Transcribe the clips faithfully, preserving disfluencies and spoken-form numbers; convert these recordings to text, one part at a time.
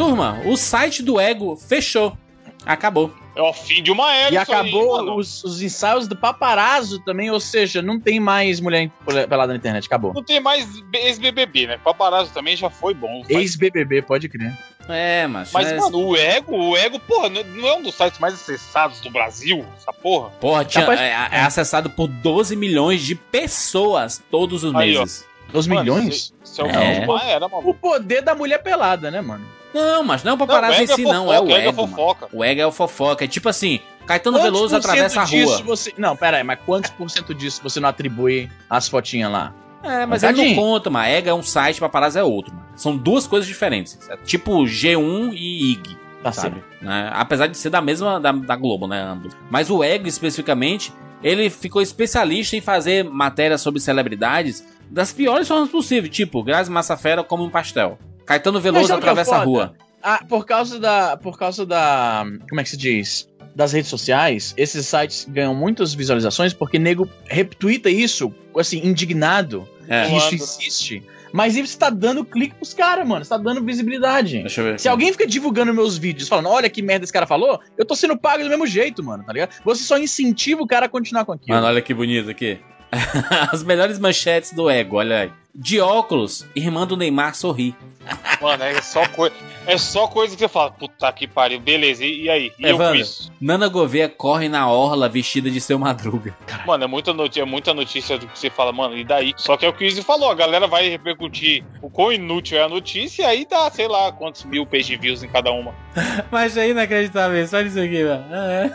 Turma, o site do Ego fechou. Acabou. É o fim de uma era. E acabou aí, os, os ensaios do paparazzo também, ou seja, não tem mais mulher pelada na internet, acabou. Não tem mais ex-B B B, né? Paparazzo também já foi bom. Ex-B B B, pode crer. É, mas... Mas, é... mano, o Ego, o Ego, porra, não é um dos sites mais acessados do Brasil, essa porra? Porra, tinha, é, é acessado por doze milhões de pessoas todos os aí, meses. doze milhões? Isso é o é. Uma era, mano. O poder da mulher pelada, né, mano? Não, mas não é o paparazzo em si, não. É o Ego. É fofoca. O Ego é o fofoca. É tipo assim, Caetano quantos Veloso atravessa a rua. Você... Não, pera aí, mas quantos por cento disso você não atribui as fotinhas lá? É, mas ele não conta, mano. Ego é um site, paparazzo é outro, mano. São duas coisas diferentes. É tipo G um e I G, tá sabe? Né? Apesar de ser da mesma, da, da Globo, né, ambos. Mas o Ego, especificamente, ele ficou especialista em fazer matérias sobre celebridades das piores formas possíveis. Tipo, Grazi Massafera come um pastel. Caetano Veloso atravessa a rua. Ah, por causa da... Por causa da... Como é que se diz? Das redes sociais, esses sites ganham muitas visualizações porque nego retweeta isso, assim, indignado é. que isso existe. Mas isso tá dando clique pros caras, mano. Isso tá dando visibilidade. Deixa eu ver aqui. Se alguém fica divulgando meus vídeos, falando, olha que merda esse cara falou, eu tô sendo pago do mesmo jeito, mano, tá ligado? Você só incentiva o cara a continuar com aquilo. Mano, olha que bonito aqui. As melhores manchetes do Ego, olha aí. De óculos, irmã do Neymar sorri. Mano, é só, coi é só coisa que você fala, puta que pariu, beleza, e, e aí? E eu com isso? Nana Gouveia corre na orla vestida de Seu Madruga. Caralho. Mano, é muita, notícia, é muita notícia do que você fala, mano, e daí? Só que é o que o Izzy falou, a galera vai repercutir o quão inútil é a notícia e aí dá, sei lá, quantos mil page views em cada uma. Mas é inacreditável isso, olha isso aqui, mano.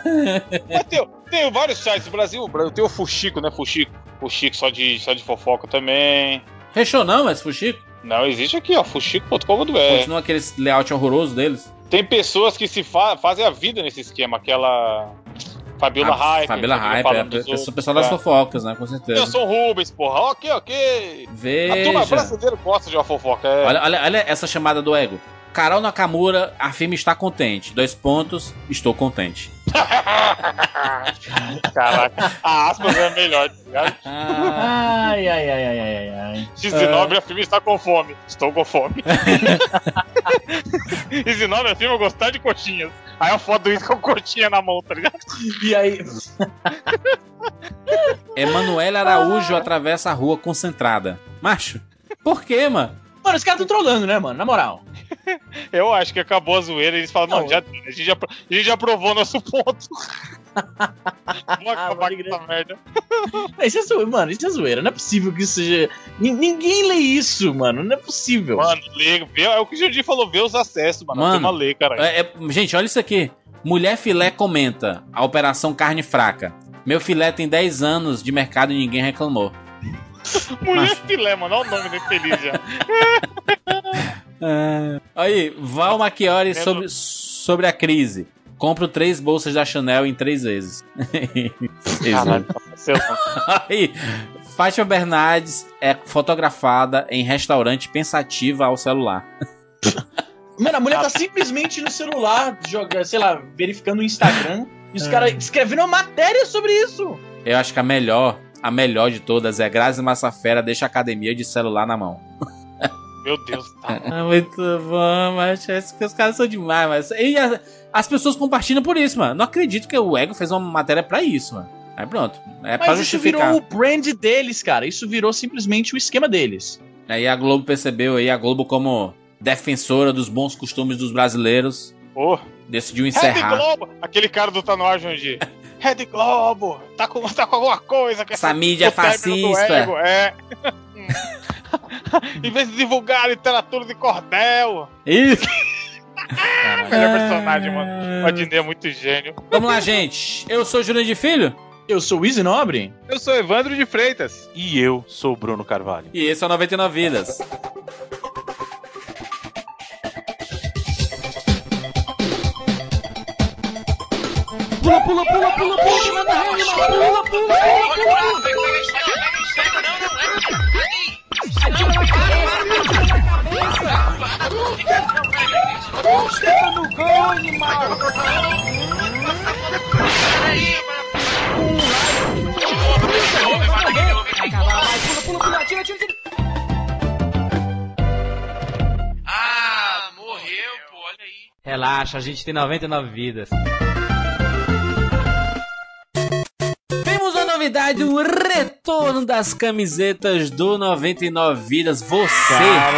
Mas tem, tem vários sites do Brasil, tem o Fuxico, né, Fuxico? Fuxico só de, só de fofoca também. Fechou não, mas Fuxico? Não, existe aqui, ó, fuxico ponto com ponto b r. Continua aquele layout horroroso deles. Tem pessoas que se fa fazem a vida nesse esquema, aquela Fabiola Hyper. Fabiola Hyper, é, o pessoal das fofocas, né, com certeza. Eu sou Rubens, porra, ok, ok. Veja. A turma brasileira gosta de uma fofoca. É. Olha, olha, olha essa chamada do Ego. Carol Nakamura afirma estar contente. Dois pontos, estou contente. Caraca, a aspas é melhor, tá ligado? Ai, ai, ai, ai, ai, ai. X nove afirma estar com fome. Estou com fome. X nove afirma gostar de coxinhas. Aí a foto do Izzy com coxinha na mão, tá ligado? E aí... Emanuela Araújo atravessa a rua concentrada. Macho, por quê, mano? Mano, os caras tão trolando, né, mano? Na moral. Eu acho que acabou a zoeira e eles falam, não, não já, a, gente já, a gente já provou nosso ponto. Vamos acabar com essa merda. Isso é zoeira, mano, isso é zoeira. Não é possível que isso seja... Ninguém lê isso, mano. Não é possível. Mano, lê, vê, é o que o Jordi falou, vê os acessos, mano. Mano, tem uma lei, caralho. É, é, gente, olha isso aqui. Mulher Filé comenta, a operação carne fraca. Meu filé tem dez anos de mercado e ninguém reclamou. Mulher Mas... Filé, mano, olha o nome dele feliz já. É... Aí, Val Machiori sobre, sobre a crise. Compro três bolsas da Chanel em três vezes. Caralho, aí, Fátima Bernardes é fotografada em restaurante pensativa ao celular. Mano, a mulher tá simplesmente no celular, joga, sei lá, verificando o Instagram. E os é. caras escrevendo uma matéria sobre isso. Eu acho que a melhor, a melhor de todas é Grazi Massafera deixa a academia de celular na mão. Meu Deus, tá. É muito bom, mas os caras são demais, mas... E as, as pessoas compartilham por isso, mano. Não acredito que o Ego fez uma matéria pra isso, mano. Aí pronto. É mas pra justificar. Isso virou o brand deles, cara. Isso virou simplesmente o esquema deles. Aí a Globo percebeu, aí a Globo como defensora dos bons costumes dos brasileiros, oh. decidiu encerrar. Red Globo! Aquele cara do Tá No Ar, Jandir. Red Globo! Tá com, tá com alguma coisa. Que essa, essa mídia fascista. Ego, é... Em vez de divulgar a literatura de cordel. Isso. Melhor personagem, mano. O Adnê é muito gênio. Vamos lá, gente. Eu sou Júnior de Filho. Eu sou o Izzy Nobre. Eu sou Evandro de Freitas. E eu sou o Bruno Carvalho. E esse é o noventa e nove Vidas. Pula, pula, pula, pula, pula, manda rede, pula, pula, pula, pula. Chega no gol, animal! Peraí, pula, pula, pula, tira, tira, tira! Ah, morreu, pô, olha aí. Relaxa, a gente tem noventa e nove vidas. Temos uma novidade, o retorno das camisetas do noventa e nove Vidas. Você,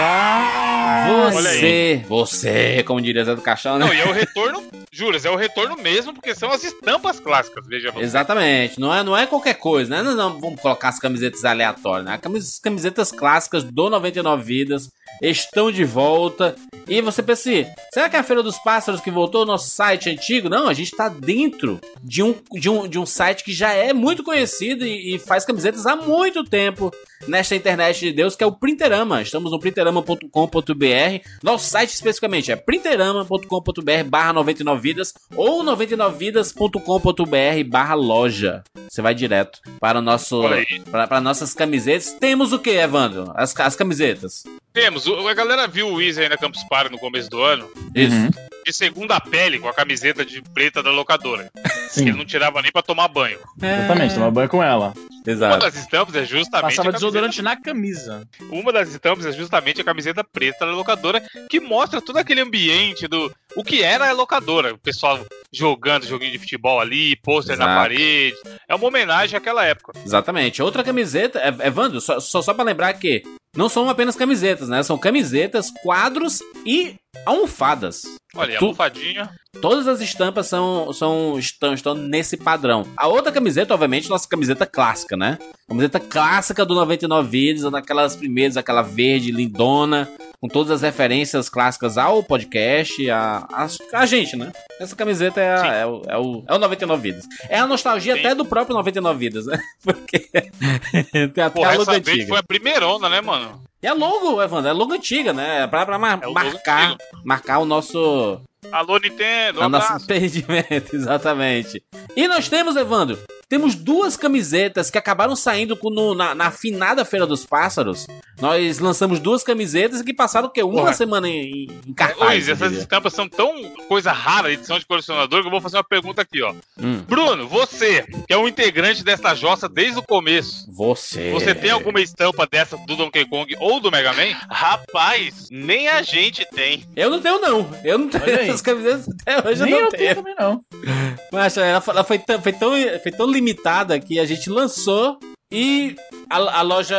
Caralho. você, você, como diria Zé do Caixão, né? Não, e é o retorno, juras, é o retorno mesmo, porque são as estampas clássicas, veja você. Exatamente, não é, não é qualquer coisa, né? Não, não, vamos colocar as camisetas aleatórias, né? As camisetas clássicas do noventa e nove Vidas estão de volta. E você pensa assim, será que é a Feira dos Pássaros que voltou ao nosso site antigo? Não, a gente tá dentro de um, de um, de um site que já é muito conhecido e, e faz camisetas há muito tempo nesta internet de Deus, que é o Printerama. Estamos no printerama ponto com ponto b r. Nosso site especificamente é printerama ponto com ponto b r barra noventa e nove vidas ou noventa e nove vidas ponto com ponto b r barra loja. Você vai direto para o nosso para, para nossas camisetas. Temos o que, Evandro? As, as camisetas. Temos, o- a galera viu o Weezy aí na Campus Party no começo do ano, Isso. Uhum. de segunda pele, com a camiseta de preta da locadora. Sim. Que ele não tirava nem pra tomar banho. Exatamente, tomar banho com ela. Uma Exato. das estampas é justamente Passava a camiseta, desodorante na camisa. uma das estampas é justamente a camiseta preta da locadora, que mostra todo aquele ambiente do o que era a locadora. O pessoal jogando joguinho de futebol ali, pôster na Exato. parede. É uma homenagem àquela época. Exatamente. Outra camiseta, é- Evandro, só, só, só pra lembrar que não são apenas camisetas, né? São camisetas, quadros e almofadas. Olha, a Tu- almofadinha. Todas as estampas são, são, estão, estão nesse padrão. A outra camiseta, obviamente, nossa camiseta clássica, né? Camiseta clássica do noventa e nove Vidas, daquelas primeiras, aquela verde lindona, com todas as referências clássicas ao podcast, a, a, a gente, né? Essa camiseta é, a, é, o, é, o, é o noventa e nove Vidas. É a nostalgia Sim. até do próprio noventa e nove Vidas, né? Porque tem até Pô, a logo essa vez antiga. foi a primeirona, né, mano? E é logo, Evandro, é logo antiga, né? Pra, pra mar- É o logo marcar, marcar o nosso... Alô, Nintendo, um o nosso abraço. entendimento, exatamente. E nós temos, Evandro, temos duas camisetas que acabaram saindo com- no- na, na afinada Feira dos Pássaros. Nós lançamos duas camisetas que passaram o quê? Uma Porra. semana em, em Ô, cartaz. Luiz, eu essas diria. estampas são tão coisa rara, edição de colecionador, que eu vou fazer uma pergunta aqui, ó. Hum, Bruno, você, que é um integrante dessa jossa desde o começo, você. você tem alguma estampa dessa do Donkey Kong ou do Mega Man? Rapaz, nem a gente tem. Eu não tenho, não. Eu não tenho Olha aí. essas camisetas até hoje, Nem eu não eu tenho tenho. também, não. Mas ela, foi- ela foi, tão, foi, tão, foi tão limitada que a gente lançou e a, a loja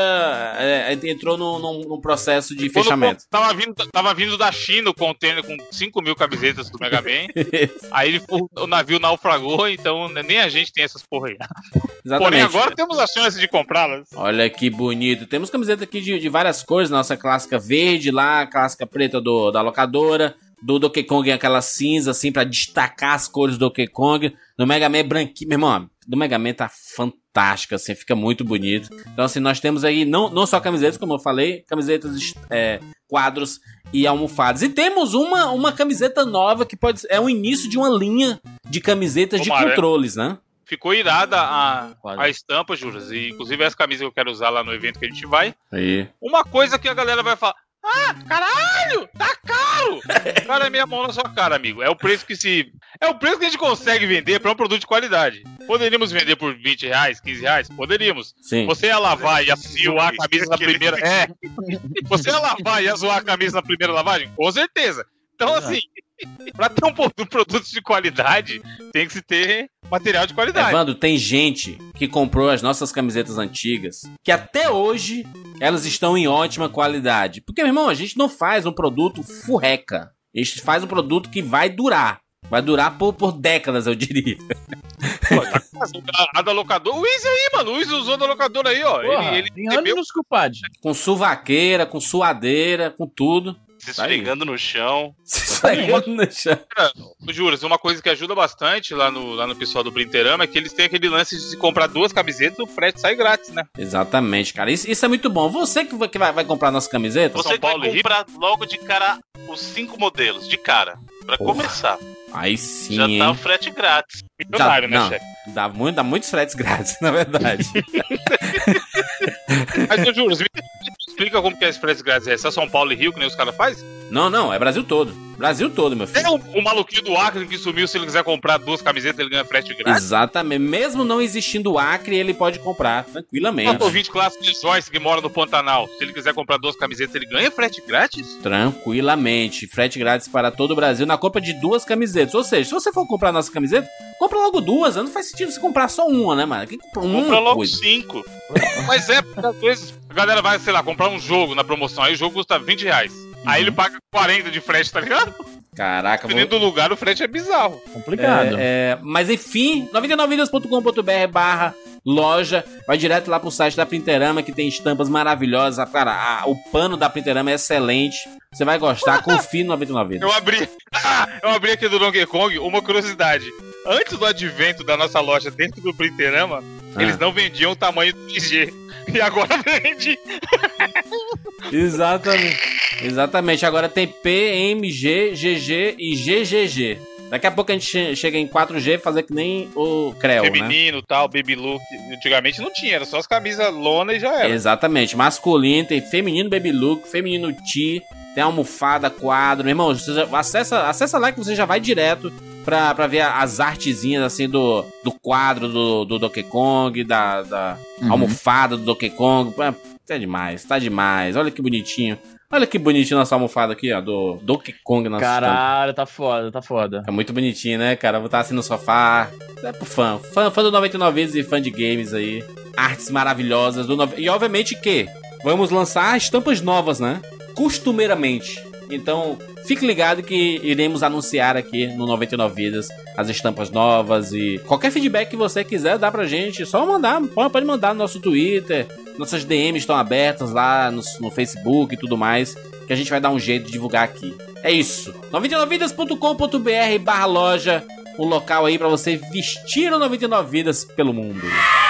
é, entrou num, num- num processo de Quando fechamento. Tava vindo, tava vindo da China o container com cinco mil camisetas do Mega Man. Aí ele, fu- o navio naufragou, então nem a gente tem essas porra aí. Porém, Exatamente. agora temos a chance de comprá-las. Olha que bonito. Temos camiseta aqui de, de várias cores. Nossa clássica verde lá, clássica preta do, da locadora. Do Donkey Kong aquela cinza, assim, pra destacar as cores do Donkey Kong. Do Mega Man branquinho. Meu irmão, do Mega Man tá fantástica, assim, fica muito bonito. Então, assim, nós temos aí não, não só camisetas, como eu falei, camisetas, é, quadros e almofadas. E temos uma, uma camiseta nova que pode é o início de uma linha de camisetas Tomara. de controles, né? Ficou irada a, Quase. a estampa, Juras. E inclusive essa camisa que eu quero usar lá no evento que a gente vai. Aí. Uma coisa que a galera vai falar: ah, caralho, tá caro! Cara, é minha mão na sua cara, amigo. É o preço que se. É o preço que a gente consegue vender pra um produto de qualidade. Poderíamos vender por vinte reais, quinze reais? Poderíamos. Sim. Você ia lavar e ia zoar a camisa na primeira. É. Você ia lavar e ia zoar a camisa na primeira lavagem? Com certeza. Então, assim, pra ter um pro- um produto de qualidade, tem que se ter material de qualidade. Evandro, tem gente que comprou as nossas camisetas antigas que até hoje elas estão em ótima qualidade. Porque, meu irmão, a gente não faz um produto furreca. A gente faz um produto que vai durar. Vai durar por, por décadas, eu diria. Pô, tá quase. A, a da locadora. O Wiz aí, mano. O Wiz usou da locadora aí, ó. Porra, ele ele tem recebeu. anos, culpado. Com suvaqueira, com suadeira, com tudo. Se Tá aí. esfregando no chão. Se esfregando no chão. Juras, uma coisa que ajuda bastante lá no, lá no pessoal do Brinterama é que eles têm aquele lance de se comprar duas camisetas, o frete sai grátis, né? Exatamente, cara. Isso, isso é muito bom. Você que vai, que vai, vai comprar nossa camiseta? Você São vai Paulo e Rio? comprar logo de cara os cinco modelos, de cara. Pra Porra. começar. Aí sim, Já hein? tá o frete grátis. Milionário, né, não, chefe? dá, muito, dá muitos fretes grátis, na verdade. Mas, ô, Juras, me explica como que é esse frete grátis. É só São Paulo e Rio, que nem os caras fazem? Não, não, é Brasil todo. Brasil todo, meu filho. É o, o maluquinho do Acre que sumiu, se ele quiser comprar duas camisetas, ele ganha frete grátis? Exatamente. Mesmo não existindo o Acre, ele pode comprar tranquilamente. O ouvinte clássico de Joyce, que mora no Pantanal, se ele quiser comprar duas camisetas, ele ganha frete grátis? Tranquilamente. Frete grátis para todo o Brasil na compra de duas camisetas. Ou seja, se você for comprar nossa camiseta, compra logo duas. Não faz sentido você comprar só uma, né, mano? Quem compra uma compra logo coisa? cinco. Mas é, porque às vezes a galera vai, sei lá, comprar um jogo na promoção, aí o jogo custa vinte reais. Uhum. Aí ele paga quarenta de frete, tá ligado? Caraca, dependendo vou... do lugar, o frete é bizarro. Complicado. É, é, mas enfim, noventa e nove vidas ponto com ponto b r barra loja. Vai direto lá pro site da Printerama, que tem estampas maravilhosas. Cara, a, o pano da Printerama é excelente. Você vai gostar, confie no noventa e nove vidas. Eu abri, eu abri aqui do Donkey Kong uma curiosidade. Antes do advento da nossa loja dentro do Printerama, ah. eles não vendiam o tamanho do P G. E agora vende. Exatamente. Exatamente. Agora tem P, M, G, G G e G G G. Daqui a pouco a gente chega em quatro G e fazer que nem o Creu, feminino, né? Tal, baby look. Antigamente não tinha, era só as camisas lona e já era. Exatamente. Masculino, tem feminino baby look, feminino T, tem almofada, quadro. Meu irmão, você já, acessa, acessa lá que você já vai direto pra, pra ver as artezinhas assim do, do quadro do, do Donkey Kong, da, da uhum. almofada do Donkey Kong. Tá demais, tá demais. Olha que bonitinho. Olha que bonitinho nossa almofada aqui, ó, do Donkey Kong. Caralho, tá foda, tá foda. É muito bonitinho, né, cara? Vou estar assim no sofá. É pro fã. Fã, fã do noventa e nove vidas e fã de games aí. Artes maravilhosas. Do no... E obviamente que vamos lançar estampas novas, né? Costumeiramente. Então, fique ligado que iremos anunciar aqui no noventa e nove vidas as estampas novas e qualquer feedback que você quiser dar pra gente, só mandar, pode mandar no nosso Twitter, nossas D Ms estão abertas lá no, no Facebook e tudo mais, que a gente vai dar um jeito de divulgar aqui. É isso, noventa e nove vidas ponto com ponto b r barra loja, um local aí pra você vestir o noventa e nove vidas pelo mundo.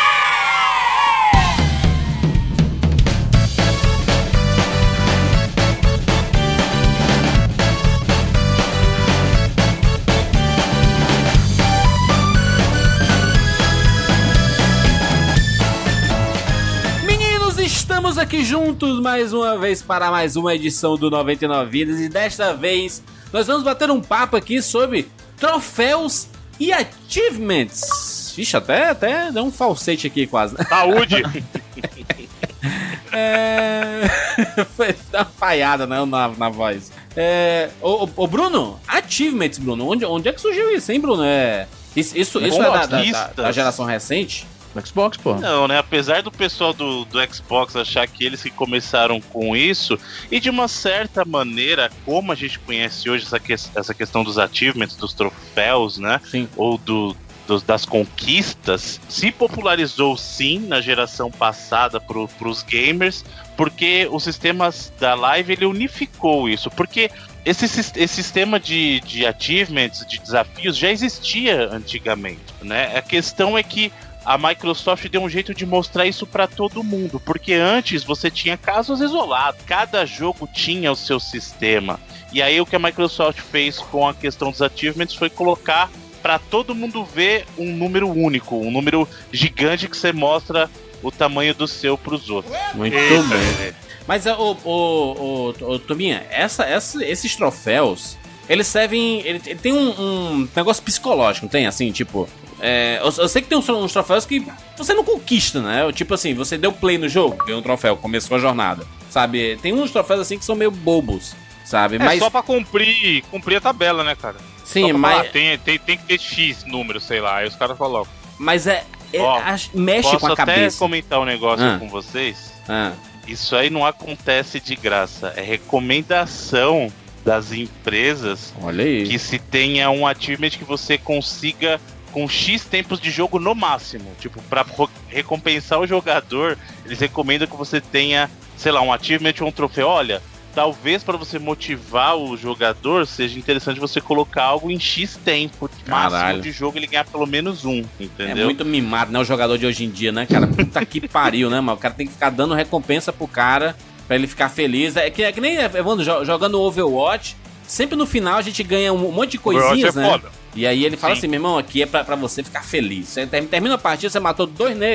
Estamos aqui juntos mais uma vez para mais uma edição do noventa e nove vidas e desta vez nós vamos bater um papo aqui sobre troféus e achievements. Vixe, até, até deu um falsete aqui quase. Saúde! É... Foi uma falhada, né, na, na voz. É... Ô, ô, Bruno, achievements, Bruno, onde, onde é que surgiu isso, hein, Bruno? É... Isso, isso, isso é da, da, da geração recente? No Xbox, pô. Não, né? Apesar do pessoal do, do Xbox achar que eles que começaram com isso, e de uma certa maneira, como a gente conhece hoje essa, que, essa questão dos achievements, dos troféus, né? Sim. Ou do, dos, das conquistas, se popularizou sim na geração passada pro, pros gamers, porque o sistema da Live ele unificou isso, porque esse, esse sistema de, de achievements, de desafios, já existia antigamente, né? A questão é que a Microsoft deu um jeito de mostrar isso pra todo mundo, porque antes você tinha casos isolados, cada jogo tinha o seu sistema, e aí o que a Microsoft fez com a questão dos achievements foi colocar pra todo mundo ver um número único, um número gigante que você mostra o tamanho do seu pros outros. Muito Eita. bem. Mas, ô, ô, ô, ô, Tominha, essa, essa, esses troféus, eles servem, ele, ele tem um, um negócio psicológico, não tem? Assim, tipo... É, eu, eu sei que tem uns, uns troféus que você não conquista, né? Tipo assim, você deu play no jogo, ganhou um troféu, começou a jornada, sabe? Tem uns troféus assim que são meio bobos, sabe? É mas... só pra cumprir, cumprir a tabela, né, cara? Sim, mas... Falar, tem, tem, tem que ter X número, sei lá, aí os caras colocam. Mas é... é Ó, a, mexe com a cabeça. Posso até comentar um negócio ah. com vocês? Ah. Isso aí não acontece de graça, é recomendação das empresas. Olha aí. Que se tenha um achievement que você consiga com X tempos de jogo no máximo. Tipo, pra recompensar o jogador, eles recomendam que você tenha, sei lá, um achievement ou um troféu. Olha, talvez para você motivar o jogador, seja interessante você colocar algo em X tempo Caralho. máximo de jogo, ele ganhar pelo menos um, entendeu? É muito mimado, né, o jogador de hoje em dia, né, cara? Puta que pariu, né, mano? O cara tem que ficar dando recompensa pro cara, pra ele ficar feliz. É que, é que nem, Evandro, jogando Overwatch, sempre no final a gente ganha um monte de coisinhas, é né? Foda. E aí ele fala Sim. assim, meu irmão, aqui é pra, pra você ficar feliz. Você termina a partida, você matou dois negros.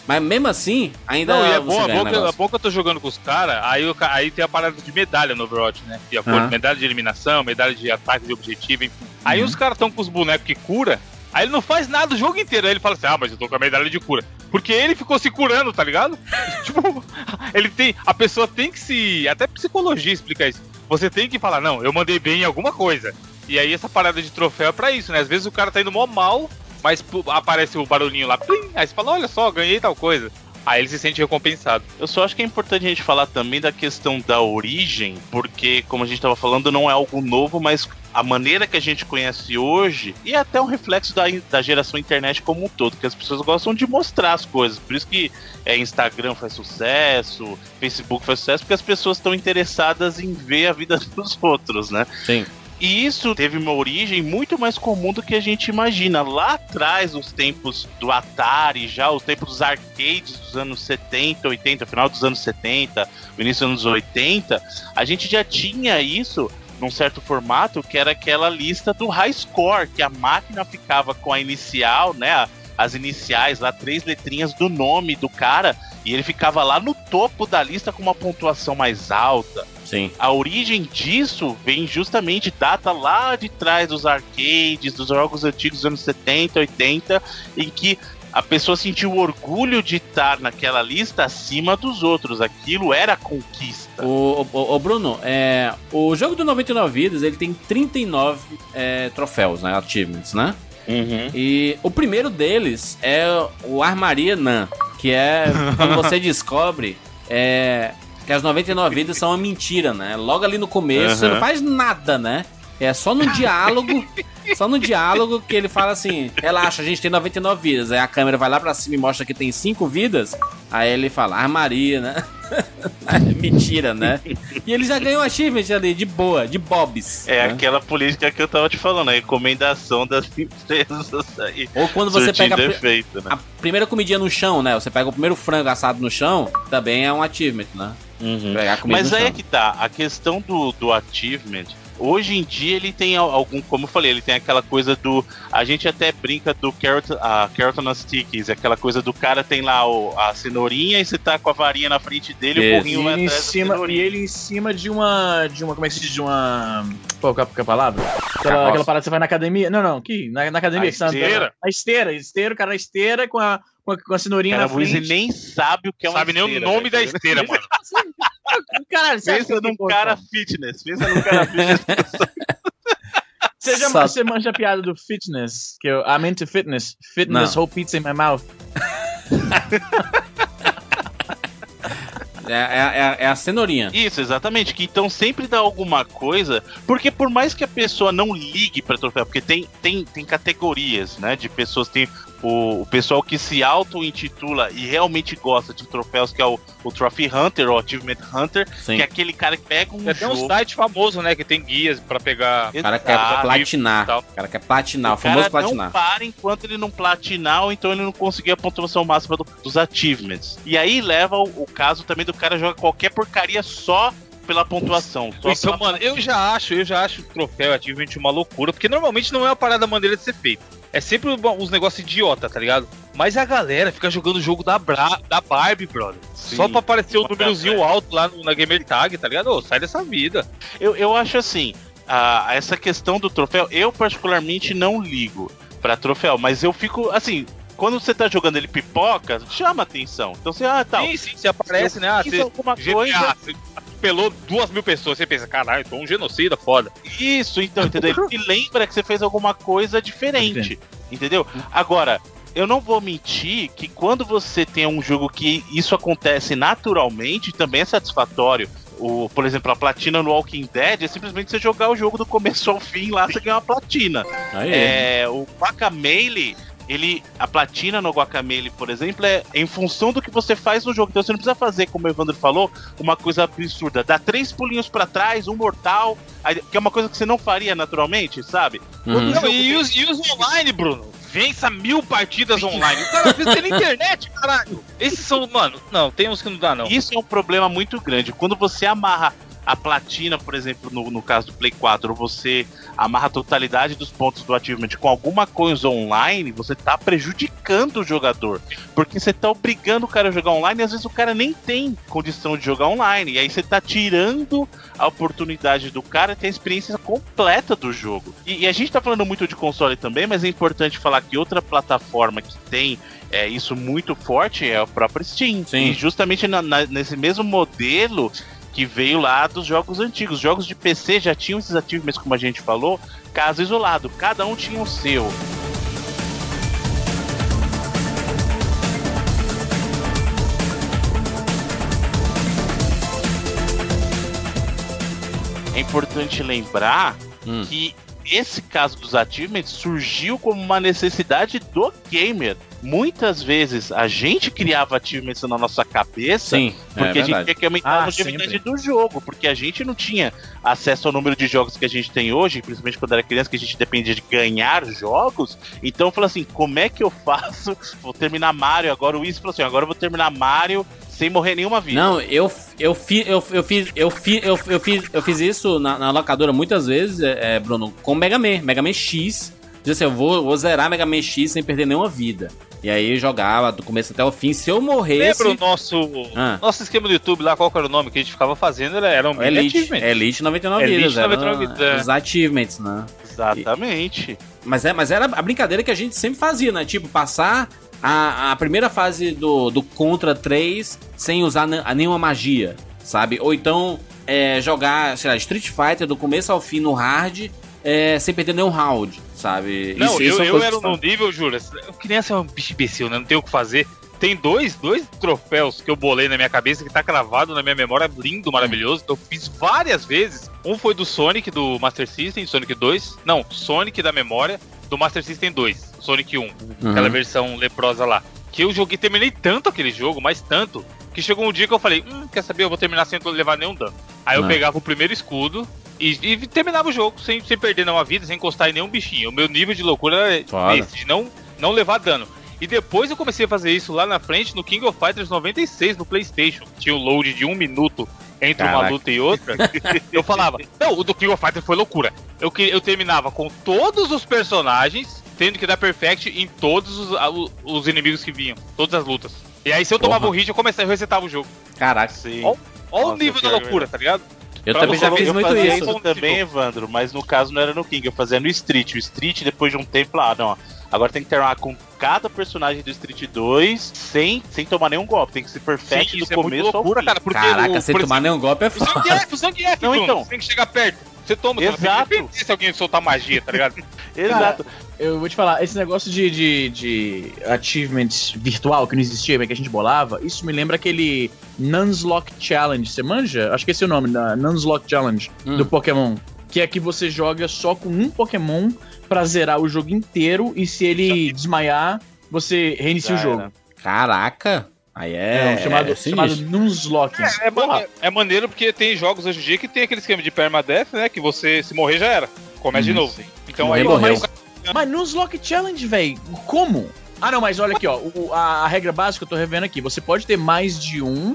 Mas mesmo assim, ainda Não, e é você bom, é ganha bom, o que, é negócio. bom que eu tô jogando com os caras, aí, eu ca- aí tem a parada de medalha no Overwatch, né? De acordo, Ah. medalha de eliminação, medalha de ataque de objetivo, enfim. Aí os caras tão com os bonecos que cura, aí ele não faz nada o jogo inteiro. Aí ele fala assim, ah, mas eu tô com a medalha de cura. Porque ele ficou se curando, tá ligado? Tipo, ele tem. A pessoa tem que se. Até psicologia explica isso. Você tem que falar, não, eu mandei bem em alguma coisa. E aí essa parada de troféu é pra isso, né? Às vezes o cara tá indo mó mal, mas pô, aparece o barulhinho lá, plim, aí você fala, olha só, ganhei tal coisa. Aí ele se sente recompensado. Eu só acho que é importante a gente falar também da questão da origem, porque, como a gente estava falando, não é algo novo, mas a maneira que a gente conhece hoje, e é até um reflexo da, da geração internet como um todo, que as pessoas gostam de mostrar as coisas. Por isso que é, Instagram faz sucesso, Facebook faz sucesso, porque as pessoas estão interessadas em ver a vida dos outros, né? Sim. E isso teve uma origem muito mais comum do que a gente imagina. Lá atrás, os tempos do Atari, já os tempos dos arcades dos anos setenta, oitenta, final dos anos setenta, início dos anos oitenta, a gente já tinha isso num certo formato, que era aquela lista do high score, que a máquina ficava com a inicial, né, as iniciais lá, três letrinhas do nome do cara, e ele ficava lá no topo da lista com uma pontuação mais alta. Sim. A origem disso vem justamente, data lá de trás dos arcades, dos jogos antigos dos anos setenta, oitenta, em que a pessoa sentiu orgulho de estar naquela lista acima dos outros. Aquilo era conquista. O, o, o Bruno, é, o jogo do noventa e nove vidas, ele tem trinta e nove é, troféus, né, achievements, né? Uhum. E o primeiro deles é o Armaria Nan, que é quando você descobre é, que as noventa e nove vidas são uma mentira, né? Logo ali no começo, Uhum. você não faz nada, né? É só no diálogo, só no diálogo que ele fala assim, relaxa, a gente tem noventa e nove vidas. Aí a câmera vai lá pra cima e mostra que tem cinco vidas. Aí ele fala, armaria, né? Mentira, né? E ele já ganhou um achievement ali, de boa, de bobs. É né? aquela política que eu tava te falando, a recomendação das empresas aí. Ou quando você surtindo pega a, pri- efeito, né? a primeira comidinha no chão, né? Você pega o primeiro frango assado no chão, também é um achievement, né? Uhum. Pegar a comida Mas no aí chão. é que tá, a questão do, do achievement, hoje em dia ele tem al- algum, como eu falei, ele tem aquela coisa do, a gente até brinca do carrot, a carrot on sticks, aquela coisa do cara tem lá o, a cenourinha e você tá com a varinha na frente dele e Isso. o E burrinho vai ele, em atrás da cima, e cenourinha. ele em cima de uma. De uma. Como é que se diz? De uma. Qual que é a palavra? Aquela, Carroça. aquela parada que você vai na academia. Não, não, aqui. Na, na academia A que você anda- esteira? Na esteira, esteira, o cara na esteira com a, com a, com a cenourinha Cara, na o Luiz frente. nem sabe o que é uma Sabe nem o esteira, nome da velho. esteira, mano. Caralho, você acha Pensa que num pô, cara pô? fitness, pensa num cara fitness. Você, já, Só- você manja a piada do fitness, que eu, I'm into fitness. Fitness, Não. whole pizza in my mouth. É, é, é a cenourinha. Isso, exatamente, que então sempre dá alguma coisa, porque por mais que a pessoa não ligue pra troféu, porque tem, tem, tem categorias, né, de pessoas, tem o, o pessoal que se auto-intitula e realmente gosta de troféus, que é o, o Trophy Hunter, ou Achievement Hunter, Sim. que é aquele cara que pega um Tem até um jogo... site famoso, né, que tem guias pra pegar. O cara quer Exato. platinar. tal. O cara quer platinar, o, O famoso cara platinar. não para enquanto ele não platinar, ou então ele não conseguir a pontuação máxima do- dos achievements. E aí leva o, o caso também do cara jogar qualquer porcaria só pela pontuação. Só Então, pela- mano, eu já acho, eu já acho o troféu achievement uma loucura, porque normalmente não é uma parada maneira de ser feita. É sempre uns negócios idiota, tá ligado? Mas a galera fica jogando o jogo da, Bra da Barbie, brother. Sim. Só pra aparecer o Só pra- númerozinho alto lá no, na Gamer Tag, tá ligado? Ô, sai dessa vida. Eu, eu acho assim, a, essa questão do troféu, eu particularmente não ligo pra troféu, mas eu fico, assim, quando você tá jogando ele pipoca, chama atenção. Então você, ah, tal. Sim, sim, você aparece, eu né? Ah, fiz você, alguma G T A, coisa. você pelou duas mil pessoas, você pensa, caralho, tô um genocida, foda. Isso, então, entendeu? Ele te lembra que você fez alguma coisa diferente, entendeu? Agora, eu não vou mentir que quando você tem um jogo que isso acontece naturalmente, também é satisfatório. O, por exemplo, a platina no Walking Dead é simplesmente você jogar o jogo do começo ao fim lá, você ganha uma platina. Aí. É, o Guacamelee, ele, a platina no Guacamelee, por exemplo, é em função do que você faz no jogo. Então você não precisa fazer, como o Evandro falou, uma coisa absurda. Dá três pulinhos pra trás, um mortal, aí- que é uma coisa que você não faria naturalmente, sabe? Uhum. Não, e, os, e os online, Bruno? Vença mil partidas online. O cara fez pela internet, caralho. Esses são, mano, não, tem uns que não dá, não. Isso é um problema muito grande. Quando você amarra a platina, por exemplo, no, no caso do Play quatro, ou você amarra a totalidade dos pontos do achievement com alguma coisa online, você tá prejudicando o jogador. Porque você tá obrigando o cara a jogar online e às vezes o cara nem tem condição de jogar online. E aí você tá tirando a oportunidade do cara ter a experiência completa do jogo. E, e a gente tá falando muito de console também, mas é importante falar que outra plataforma que tem é, isso muito forte é a própria Steam. Sim. E justamente na, na, nesse mesmo modelo que veio lá dos jogos antigos. Os jogos de P C já tinham esses achievements, como a gente falou, caso isolado. Cada um tinha o seu. É importante lembrar hum. que esse caso dos achievements surgiu como uma necessidade do gamer. Muitas vezes a gente criava achievements na nossa cabeça. Sim, porque é a gente tinha que aumentar ah, a longevidade sempre. do jogo, porque a gente não tinha acesso ao número de jogos que a gente tem hoje, principalmente quando era criança, que a gente dependia de ganhar jogos. Então eu falei assim, como é que eu faço? Vou terminar Mario agora. O Izzy falou assim, agora eu vou terminar Mario sem morrer nenhuma vida. Não, eu, eu, fi, eu, eu, fiz, eu, fi, eu, eu, fiz, eu fiz isso na, na locadora muitas vezes, é, Bruno, com Mega Man, Mega Man X. Diz assim, eu vou, vou zerar Mega Man X sem perder nenhuma vida. E aí eu jogava do começo até o fim. Se eu morresse... Lembra o nosso, ah. nosso esquema do YouTube lá, qual que era o nome que a gente ficava fazendo? Era, era um Elite, achievements. Elite noventa e nove Elite vidas. noventa e nove vidas, é. Os achievements, né? Exatamente. E, mas, é, mas era a brincadeira que a gente sempre fazia, né? Tipo, passar a, a primeira fase do, do Contra três sem usar nenhuma magia, sabe? Ou então é, jogar, sei lá, Street Fighter do começo ao fim no hard... É, sem perder nenhum round, sabe? Não, isso, eu, isso eu era num nível, Júlio, eu queria ser um bicho imbecil, né? Não tenho o que fazer. Tem dois, dois troféus que eu bolei na minha cabeça, que tá cravado na minha memória, lindo, maravilhoso. Eu fiz várias vezes. Um foi do Sonic, do Master System, Sonic dois. Não, Sonic da memória, do Master System dois, Sonic um. Uhum. Aquela versão leprosa lá. Que eu joguei, terminei tanto aquele jogo, mas tanto, que chegou um dia que eu falei, hum, quer saber, eu vou terminar sem levar nenhum dano. Aí eu Não. pegava o primeiro escudo, E, e terminava o jogo sem, sem perder nenhuma vida, sem encostar em nenhum bichinho. O meu nível de loucura era esse, de não, não levar dano. E depois eu comecei a fazer isso lá na frente no King of Fighters noventa e seis no PlayStation. Tinha um load de um minuto entre Caraca. uma luta e outra. Eu falava, não, o do King of Fighters foi loucura. Eu, eu terminava com todos os personagens, tendo que dar perfect em todos os, os inimigos que vinham, todas as lutas. E aí se eu tomava Porra. um hit, eu comecei a resetar o jogo. Caraca, sim. Olha o nível da loucura, tá ligado? Eu pra também já fiz muito isso. isso também, Evandro, mas no caso não era no King, eu fazia no Street. O Street, depois de um tempo, lá, não, agora tem que terminar com cada personagem do Street dois sem, sem tomar nenhum golpe. Tem que ser perfect Sim, do começo é loucura, ao fim. Cara, porque Caraca, o, sem tomar nenhum golpe é foda. O Zangief, o Zangief, não, então. Você tem que chegar perto. Você toma, Exato. Você não se alguém soltar magia, tá ligado? Exato. Cara, eu vou te falar, esse negócio de, de, de achievements virtual que não existia, que a gente bolava, isso me lembra aquele Nuzlocke Challenge. Você manja? Acho que esse é o nome, da Nuzlocke Challenge hum. do Pokémon. Que é que você joga só com um Pokémon pra zerar o jogo inteiro e se ele desmaiar, você reinicia Já o jogo. Era. Caraca! Aí é, é chamado, é chamado Nuzlocke. É, é, man, é maneiro porque tem jogos hoje em dia que tem aquele esquema de permadeath, né? Que você, se morrer, já era. Começa hum, de novo. Sim. Então morrer, aí morreu. Mas, mas Nuzlocke Challenge, velho, como? Ah, não, mas olha aqui, ó. O, a, a regra básica eu tô revendo aqui. Você pode ter mais de um.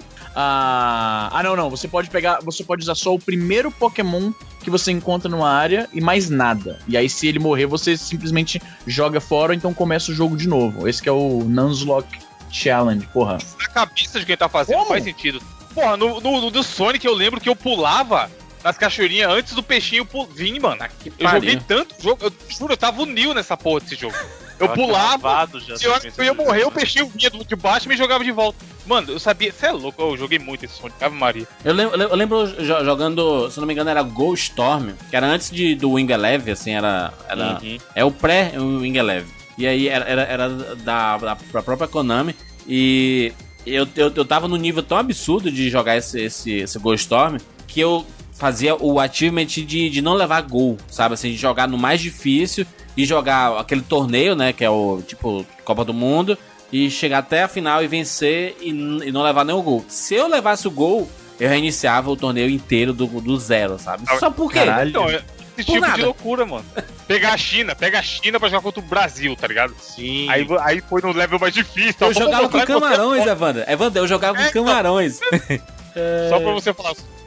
Ah, ah, não, não. Você pode pegar. Você pode usar só o primeiro Pokémon que você encontra numa área e mais nada. E aí, se ele morrer, você simplesmente joga fora ou então começa o jogo de novo. Esse que é o Nuzlocke Challenge, porra. Na cabeça de quem tá fazendo Como? faz sentido. Porra, no, no, no do Sonic eu lembro que eu pulava nas cachoeirinhas antes do peixinho vir, mano. Ah, eu pariu. joguei tanto jogo, eu juro, eu tava unil nessa porra desse jogo. Eu Tava pulava, se eu, eu ia morrer, o peixinho vinha de baixo e me jogava de volta. Mano, eu sabia, você é louco, eu joguei muito esse Sonic, Ave Maria. Eu lembro, eu lembro jogando, se não me engano, era Ghost Storm, que era antes de, do Wing Eleven, assim, era. era uhum. É o pré-Wing Eleven. E aí era, era, era da, da própria Konami. E eu, eu, eu tava num nível tão absurdo de jogar esse, esse, esse Ghost Storm que eu fazia o achievement de, de não levar gol, sabe? Assim, de jogar no mais difícil e jogar aquele torneio, né? Que é o tipo Copa do Mundo. E chegar até a final e vencer e, e não levar nenhum gol. Se eu levasse o gol, eu reiniciava o torneio inteiro do, do zero, sabe? Só por quê? Caralho. Então, esse tipo nada. de loucura, mano. Pegar a China, pega a China pra jogar contra o Brasil, tá ligado? Sim. Aí, aí foi no level mais difícil. Eu jogava com camarões, Evandro. Evandro, eu jogava com é, camarões. É... Só pra você falar,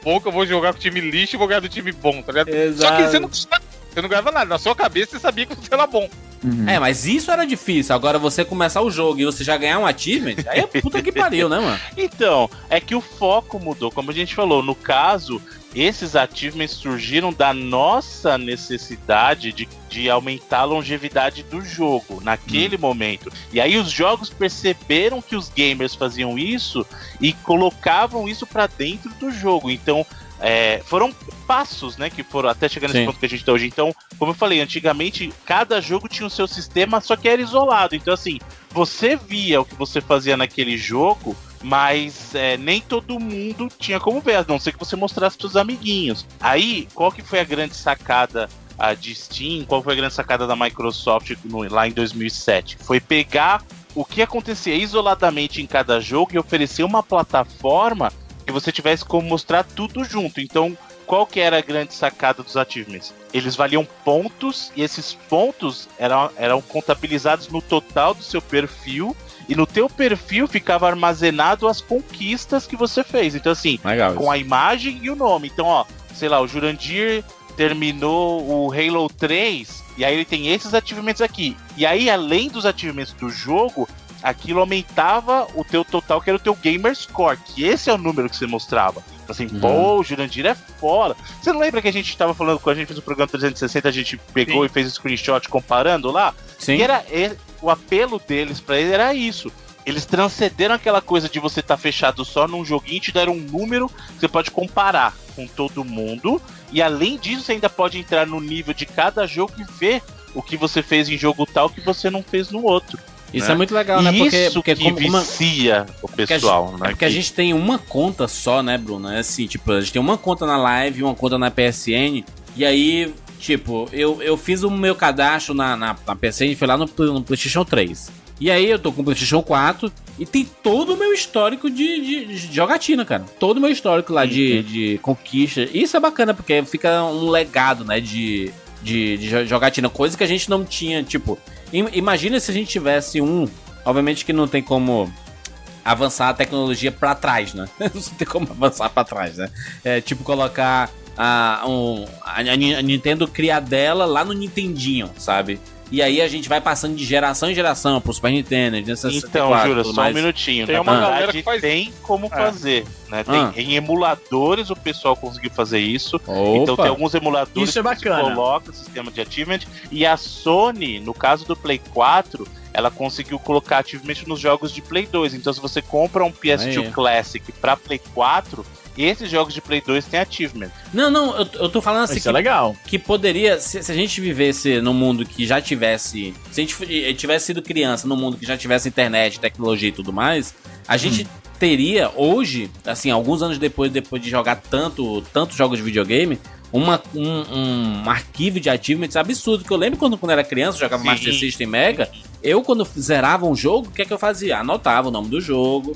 bom que eu vou jogar com o time lixo e vou ganhar do time bom, tá ligado? Exato. Só que você não, você não ganhava nada. Na sua cabeça você sabia que você era bom. Uhum. É, mas isso era difícil. Agora você começar o jogo e você já ganhar um achievement, aí é puta que pariu, né, mano? Então, é que o foco mudou. Como a gente falou, no caso, esses achievements surgiram da nossa necessidade de, de aumentar a longevidade do jogo naquele hum. momento. E aí os jogos perceberam que os gamers faziam isso e colocavam isso pra dentro do jogo. Então, É, foram passos, né, que foram até chegar nesse Sim. ponto que a gente tá hoje. Então, como eu falei, antigamente cada jogo tinha o seu sistema, só que era isolado. Então, assim, você via o que você fazia naquele jogo, mas é, nem todo mundo tinha como ver, a não ser que você mostrasse pros amiguinhos. Aí, qual que foi a grande sacada a, de Steam? Qual foi a grande sacada da Microsoft no, lá em dois mil e sete? Foi pegar o que acontecia isoladamente em cada jogo e oferecer uma plataforma que você tivesse como mostrar tudo junto. Então, qual que era a grande sacada dos achievements? Eles valiam pontos, e esses pontos eram, eram contabilizados no total do seu perfil, e no teu perfil ficava armazenado as conquistas que você fez. Então, assim, Legal, com isso. a imagem e o nome. Então, ó, sei lá, o Jurandir terminou o Halo três, e aí ele tem esses achievements aqui. E aí, além dos achievements do jogo, aquilo aumentava o teu total, que era o teu gamer score, que esse é o número que você mostrava. Assim, uhum. pô, o Jurandir é foda. Você não lembra que a gente tava falando, quando a gente fez o programa trezentos e sessenta, a gente pegou Sim. e fez o screenshot comparando lá? Sim. E era, o apelo deles pra ele era isso. Eles transcenderam aquela coisa de você estar tá fechado só num joguinho e te deram um número que você pode comparar com todo mundo. E além disso, você ainda pode entrar no nível de cada jogo e ver o que você fez em jogo tal que você não fez no outro. Isso né? é muito legal, né? Porque, Isso porque que como vicia uma... o pessoal, porque né? É porque a gente tem uma conta só, né, Bruno? É assim, tipo, a gente tem uma conta na Live, uma conta na P S N, e aí, tipo, eu, eu fiz o meu cadastro na, na, na P S N, foi lá no, no PlayStation três. E aí eu tô com o PlayStation quatro e tem todo o meu histórico de, de, de jogatina, cara. Todo o meu histórico lá de, de conquista. Isso é bacana, porque fica um legado, né, de, de, de jogatina. Coisa que a gente não tinha, tipo... Imagina se a gente tivesse um... Obviamente que não tem como avançar a tecnologia pra trás, né? Não tem como avançar pra trás, né? É tipo colocar a, um, a, a Nintendo criar dela lá no Nintendinho, sabe? E aí a gente vai passando de geração em geração pro Super Nintendo, Nintendo sessenta e quatro. Então, Jura, só mais. um minutinho. Tem Na uma verdade, galera que faz... tem como é. fazer, né? Tem, ah. Em emuladores o pessoal conseguiu fazer isso. Opa. Então tem alguns emuladores isso é bacana. que colocam o sistema de achievement. E a Sony, no caso do Play quatro, ela conseguiu colocar achievement nos jogos de Play dois. Então se você compra um P S dois aí. Classic pra Play quatro... esses jogos de Play dois têm achievement. Não, não, eu, eu tô falando assim. Isso que, é legal. Que poderia, se, se a gente vivesse num mundo que já tivesse. Se a gente tivesse sido criança num mundo que já tivesse internet, tecnologia e tudo mais, a gente hum. teria hoje, assim, alguns anos depois, depois de jogar tanto, tantos jogos de videogame, uma, um, um arquivo de achievements absurdo. Que eu lembro quando, quando eu era criança, eu jogava Sim. Master System Mega. Eu, quando zerava um jogo, o que é que eu fazia? Anotava o nome do jogo.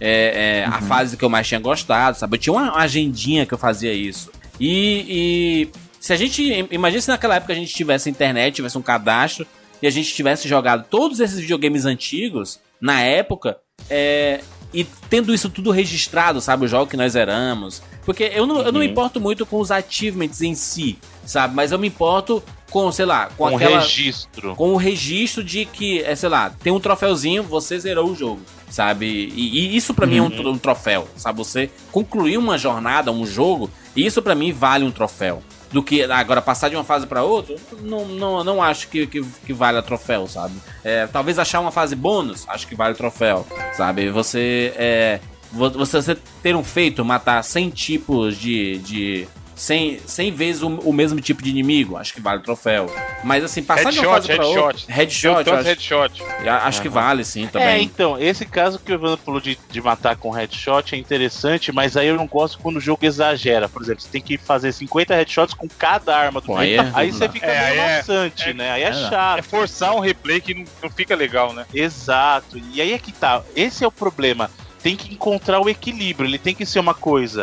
É, é, uhum. A fase que eu mais tinha gostado, sabe? Eu tinha uma agendinha que eu fazia isso. E, e se a gente... Imagina se naquela época a gente tivesse internet, tivesse um cadastro e a gente tivesse jogado todos esses videogames antigos na época, é, e tendo isso tudo registrado, sabe? O jogo que nós zeramos. Porque eu não, uhum. eu não me importo muito com os achievements em si, sabe? Mas eu me importo com, sei lá... Com, com aquela, registro. Com o registro de que, é, sei lá, tem um troféuzinho, você zerou o jogo, sabe? E, e isso pra uhum. mim é um, um troféu, sabe? Você concluir uma jornada, um jogo, isso pra mim vale um troféu. Do que agora passar de uma fase pra outra, não, não, não acho que, que, que vale a troféu, sabe? É, talvez achar uma fase bônus, acho que vale o troféu, sabe? Você, é, você ter um feito, matar cem tipos de... de cem, cem vezes o, o mesmo tipo de inimigo, acho que vale o troféu. Mas assim, passar headshot, de uma fase pra headshot. outra... Headshot. Acho, headshot. acho que vale, sim, também. É, então, esse caso que o Evandro falou de, de matar com headshot é interessante, mas aí eu não gosto quando o jogo exagera. Por exemplo, você tem que fazer cinquenta headshots com cada arma do Pô, jogo. aí, é, aí você fica é, meio é, maçante, é, né? Aí é, é chato. É forçar um replay que não, não fica legal, né? Exato. E aí é que tá. Esse é o problema. Tem que encontrar o equilíbrio. Ele tem que ser uma coisa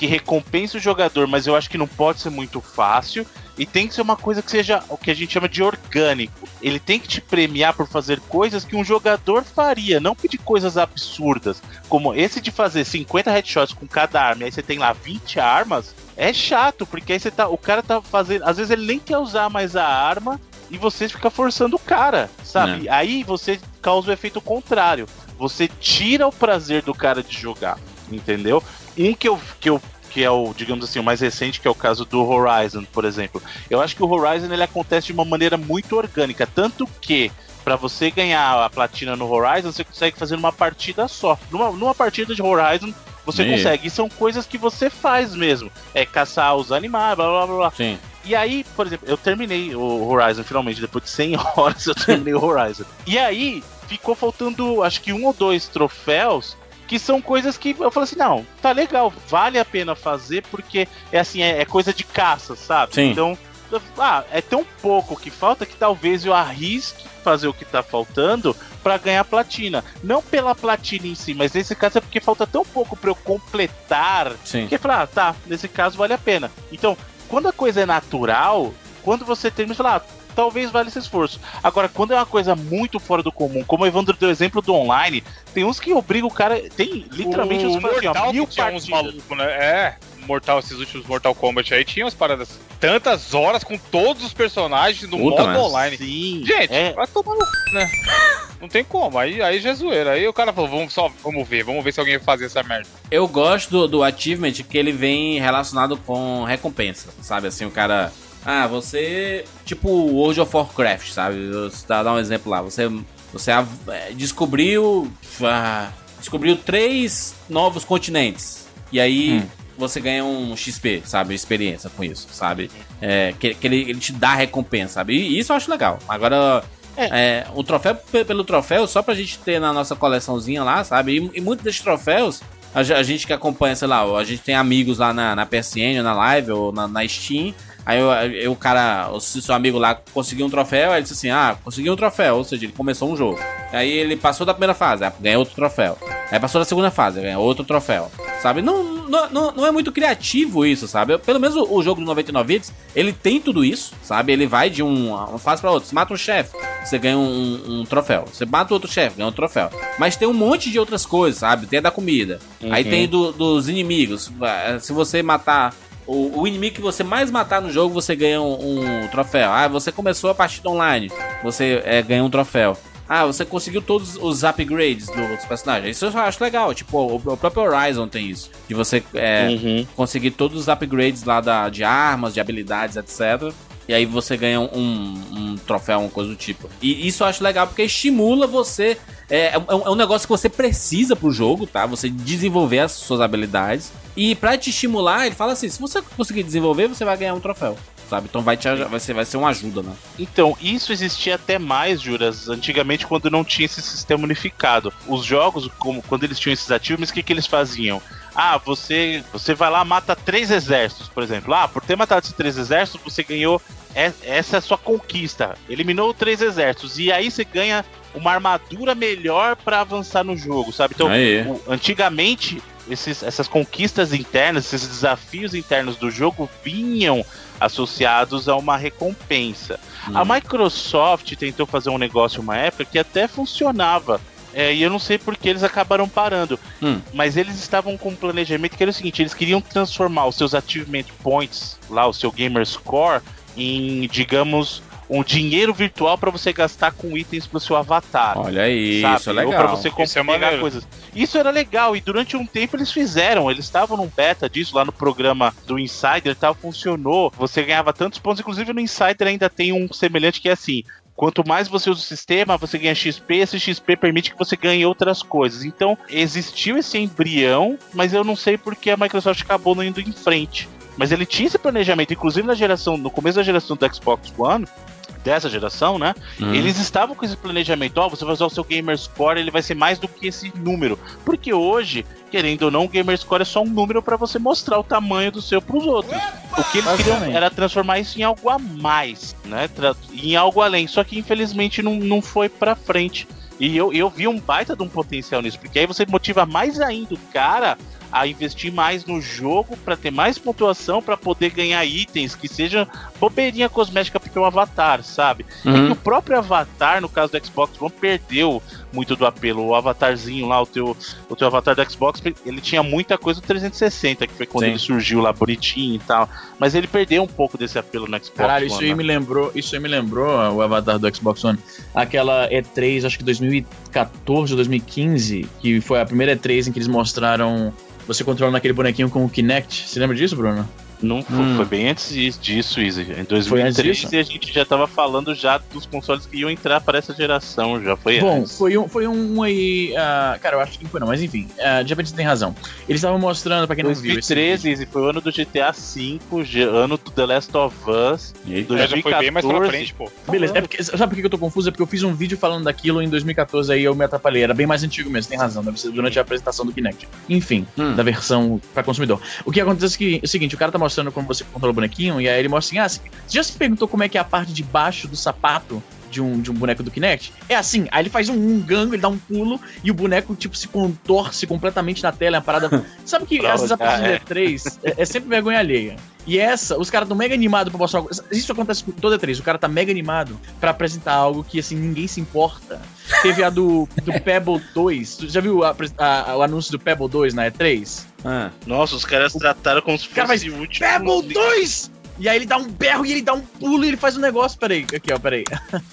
que recompense o jogador, mas eu acho que não pode ser muito fácil. E tem que ser uma coisa que seja o que a gente chama de orgânico. Ele tem que te premiar por fazer coisas que um jogador faria, não pedir coisas absurdas. Como esse de fazer cinquenta headshots com cada arma, e aí você tem lá vinte armas, é chato, porque aí você tá, o cara tá fazendo... Às vezes ele nem quer usar mais a arma e você fica forçando o cara, sabe? É. Aí você causa o efeito contrário. Você tira o prazer do cara de jogar, entendeu? Um que eu... Que eu que é o, digamos assim, o mais recente, que é o caso do Horizon, por exemplo. Eu acho que o Horizon ele acontece de uma maneira muito orgânica, tanto que para você ganhar a platina no Horizon, você consegue fazer numa partida só. Numa, numa partida de Horizon, você e... consegue. E são coisas que você faz mesmo. É caçar os animais, blá blá blá blá. Sim. E aí, por exemplo, eu terminei o Horizon finalmente, depois de cem horas eu terminei o Horizon. E aí, ficou faltando, acho que um ou dois troféus, que são coisas que eu falo assim, não, tá legal, vale a pena fazer, porque é assim, é, é coisa de caça, sabe? Sim. Então, ah, é tão pouco que falta que talvez eu arrisque fazer o que tá faltando pra ganhar platina. Não pela platina em si, mas nesse caso é porque falta tão pouco pra eu completar, Sim. que eu falo, ah, tá, nesse caso vale a pena. Então, quando a coisa é natural, quando você termina, você fala, ah, talvez valha esse esforço. Agora, quando é uma coisa muito fora do comum, como o Evandro deu exemplo do online, tem uns que obrigam o cara. Tem literalmente o uns que Mortal mil que tinha partidas. uns malucos, né? É, Mortal, esses últimos Mortal Kombat aí tinha umas paradas. Tantas horas com todos os personagens no Puta, modo mas... online. Sim, gente, é... vai tomar no c, né? Não tem como, aí, aí já é zoeira. Aí o cara falou, vamos só, vamos ver, vamos ver se alguém vai fazer essa merda. Eu gosto do, do achievement que ele vem relacionado com recompensa, sabe? Assim, o cara... Ah, você... Tipo World of Warcraft, sabe? Você dá, dá um exemplo lá. Você, você é, descobriu... Ah, descobriu três novos continentes. E aí... Hum. Você ganha um X P, sabe? Experiência com isso, sabe? É, que que ele, ele te dá recompensa, sabe? E isso eu acho legal. Agora, é. É, o troféu pelo troféu, só pra gente ter na nossa coleçãozinha lá, sabe? E, e muitos desses troféus, a, a gente que acompanha, sei lá, a gente tem amigos lá na, na P S N, na Live ou na, na Steam. Aí eu, eu, o cara, o seu amigo lá conseguiu um troféu, aí ele disse assim, ah, conseguiu um troféu, ou seja, ele começou um jogo. Aí ele passou da primeira fase, ganhou outro troféu. Aí passou da segunda fase, ganhou outro troféu, sabe? Não, não, não é muito criativo isso, sabe? Pelo menos o, o jogo do noventa e nove bits, ele tem tudo isso, sabe? Ele vai de um, uma fase pra outra. Você mata um chefe, você ganha um, um, um troféu. Você mata outro chefe, ganha um troféu. Mas tem um monte de outras coisas, sabe? Tem a da comida. Uhum. Aí tem do, dos inimigos. Se você matar... O, o inimigo que você mais matar no jogo, você ganha um, um troféu. Ah, você começou a partida online, você é, ganha um troféu. Ah, você conseguiu todos os upgrades do, dos personagens. Isso eu acho legal. Tipo, o, o próprio Horizon tem isso. De você é, uhum. conseguir todos os upgrades lá da, de armas, de habilidades, etcétera. E aí você ganha um, um troféu, uma coisa do tipo. E isso eu acho legal porque estimula você. É, é, um, é um negócio que você precisa pro jogo, tá? Você desenvolver as suas habilidades. E pra te estimular, ele fala assim: se você conseguir desenvolver, você vai ganhar um troféu. Sabe? Então vai, te, vai, ser, vai ser uma ajuda, né? Então, isso existia até mais, Juras, antigamente quando não tinha esse sistema unificado. Os jogos, como, quando eles tinham esses achievements, o que, que eles faziam? Ah, você, você vai lá, mata três exércitos, por exemplo. Ah, por ter matado esses três exércitos, você ganhou... É, essa é a sua conquista. Eliminou três exércitos. E aí você ganha uma armadura melhor pra avançar no jogo, sabe? Então, o, antigamente, esses, essas conquistas internas, esses desafios internos do jogo vinham associados a uma recompensa. Hum. A Microsoft tentou fazer um negócio uma época que até funcionava. É, e eu não sei porque eles acabaram parando. Hum. Mas eles estavam com um planejamento que era o seguinte: eles queriam transformar os seus Achievement Points, lá, o seu Gamer Score, em, digamos, um dinheiro virtual para você gastar com itens pro seu avatar. Olha aí, sabe? Isso é legal. Ou pra você comprar coisas. Isso era legal, e durante um tempo eles fizeram. Eles estavam num beta disso, lá no programa do Insider e tal, funcionou. Você ganhava tantos pontos, inclusive no Insider ainda tem um semelhante que é assim: quanto mais você usa o sistema, você ganha X P, esse X P permite que você ganhe outras coisas. Então, existiu esse embrião, mas eu não sei porque a Microsoft acabou não indo em frente. Mas ele tinha esse planejamento, inclusive na geração, no começo da geração do Xbox One, dessa geração, né? Hum. Eles estavam com esse planejamento: ó, oh, você vai usar o seu Gamer Score, ele vai ser mais do que esse número. Porque hoje, querendo ou não, o Gamer Score é só um número para você mostrar o tamanho do seu pros outros. O que eles queriam era transformar isso em algo a mais, né? Em algo além. Só que infelizmente não, não foi pra frente. E eu, eu vi um baita de um potencial nisso, porque aí você motiva mais ainda o cara a investir mais no jogo pra ter mais pontuação, pra poder ganhar itens que sejam bobeirinha cosmética pro teu avatar, sabe? Uhum. É que o próprio avatar, no caso do Xbox One, perdeu muito do apelo. O avatarzinho lá, o teu, o teu avatar do Xbox, ele tinha muita coisa do trezentos e sessenta, que foi quando Sim. ele surgiu lá bonitinho e tal, mas ele perdeu um pouco desse apelo no Xbox Caralho, One. isso aí né? me lembrou, isso aí me lembrou o avatar do Xbox One. Aquela E três, acho que dois mil e quatorze ou dois mil e quinze, que foi a primeira E três em que eles mostraram você controlando aquele bonequinho com o Kinect. Você lembra disso, Bruno? Não foi, Hum. foi bem antes disso, Easy. Em dois Foi mil e antes três disso? a gente já tava falando já dos consoles que iam entrar para essa geração, já foi Bom, antes. foi um, foi um aí. Uh, cara, eu acho que não foi não, mas enfim, uh, de repente você tem razão. Eles estavam mostrando, pra quem não viu. dois mil e treze, Easy, foi o ano do G T A cinco, ge- ano do The Last of Us. Eita. É, já foi bem mais pra frente, pô. Beleza, é porque, sabe por que eu tô confuso? É porque eu fiz um vídeo falando daquilo em dois mil e quatorze, aí eu me atrapalhei. Era bem mais antigo mesmo, tem razão, deve ser durante a apresentação do Kinect. Enfim, Hum. da versão pra consumidor. O que acontece é, que, é o seguinte, o cara tá mostrando como você controla o bonequinho, e aí ele mostra assim, ah, você já se perguntou como é que é a parte de baixo do sapato de um, de um boneco do Kinect? É assim, aí ele faz um, um gango, ele dá um pulo, e o boneco, tipo, se contorce completamente na tela, é uma parada... Sabe que Prova, essas partes ah, é. de E três é, é sempre vergonha alheia. E essa, os caras tão mega animados pra mostrar algo. Isso acontece com toda E três, o cara tá mega animado pra apresentar algo que, assim, ninguém se importa. Teve a do, do Pebble dois. Tu já viu a, a, o anúncio do Pebble dois na E três? Ah. Nossa, os caras trataram como se cara fosse vai- o último... Pebble dois! E aí ele dá um berro e ele dá um pulo e ele faz um negócio. Peraí, aqui, ó, peraí.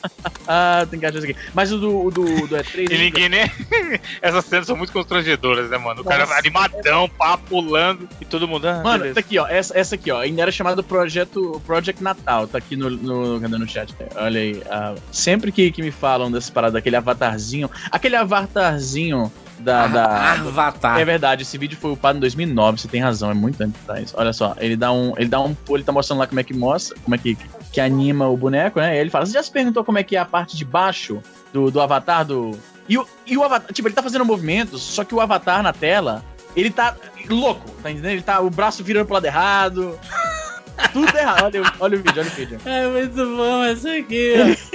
ah, tem que achar isso aqui. Mas o do, o do, do E três. E ninguém nem. Essas cenas são muito constrangedoras, né, mano? O Nossa. cara animadão, pá, pulando e todo mundo. Ah, Mano, beleza. tá aqui, ó. Essa, essa aqui, ó. Ainda era chamado Projeto Project Natal. Tá aqui no, no, cadê no chat? Olha aí. ah, sempre que, que me falam dessa parada, aquele avatarzinho. Aquele avatarzinho da. Ah, da Avatar. É verdade, esse vídeo foi upado em dois mil e nove, você tem razão, é muito antes atrás. Olha só, ele dá um. Ele dá um. Ele tá mostrando lá como é que mostra, como é que, que anima o boneco, né? E aí ele fala: você já se perguntou como é que é a parte de baixo do, do avatar do. E o, e o avatar, tipo, ele tá fazendo movimentos, só que o avatar na tela, ele tá louco, tá entendendo? Ele tá o braço virando pro lado errado. Tudo errado. Olha, o- olha o vídeo, olha o vídeo. É muito bom essa aqui,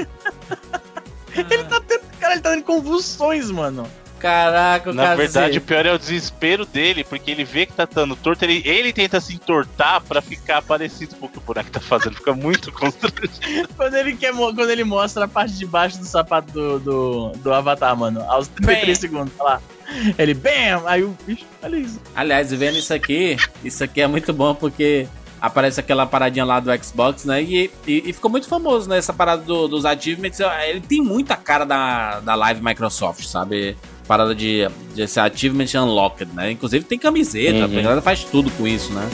Ele tá tendo. Cara, ele tá tendo convulsões, mano. Caraca, o Na cacete. verdade, o pior é o desespero dele, porque ele vê que tá dando torto, ele, ele tenta se entortar pra ficar parecido com o que o boneco tá fazendo, fica muito constrangido. Quando ele, quer, mo- quando ele mostra a parte de baixo do sapato do, do, do avatar, mano, aos trinta e três segundos, olha lá. Ele, bam! Aí o bicho, olha isso. Aliás, vendo isso aqui, isso aqui é muito bom porque aparece aquela paradinha lá do Xbox, né? E, e, e ficou muito famoso, né? Essa parada do- dos achievements. Ele tem muita cara da, da Live Microsoft, sabe? Parada de, de ser Achievement Unlocked, né? Inclusive tem camiseta, Uhum. a galera faz tudo com isso, né?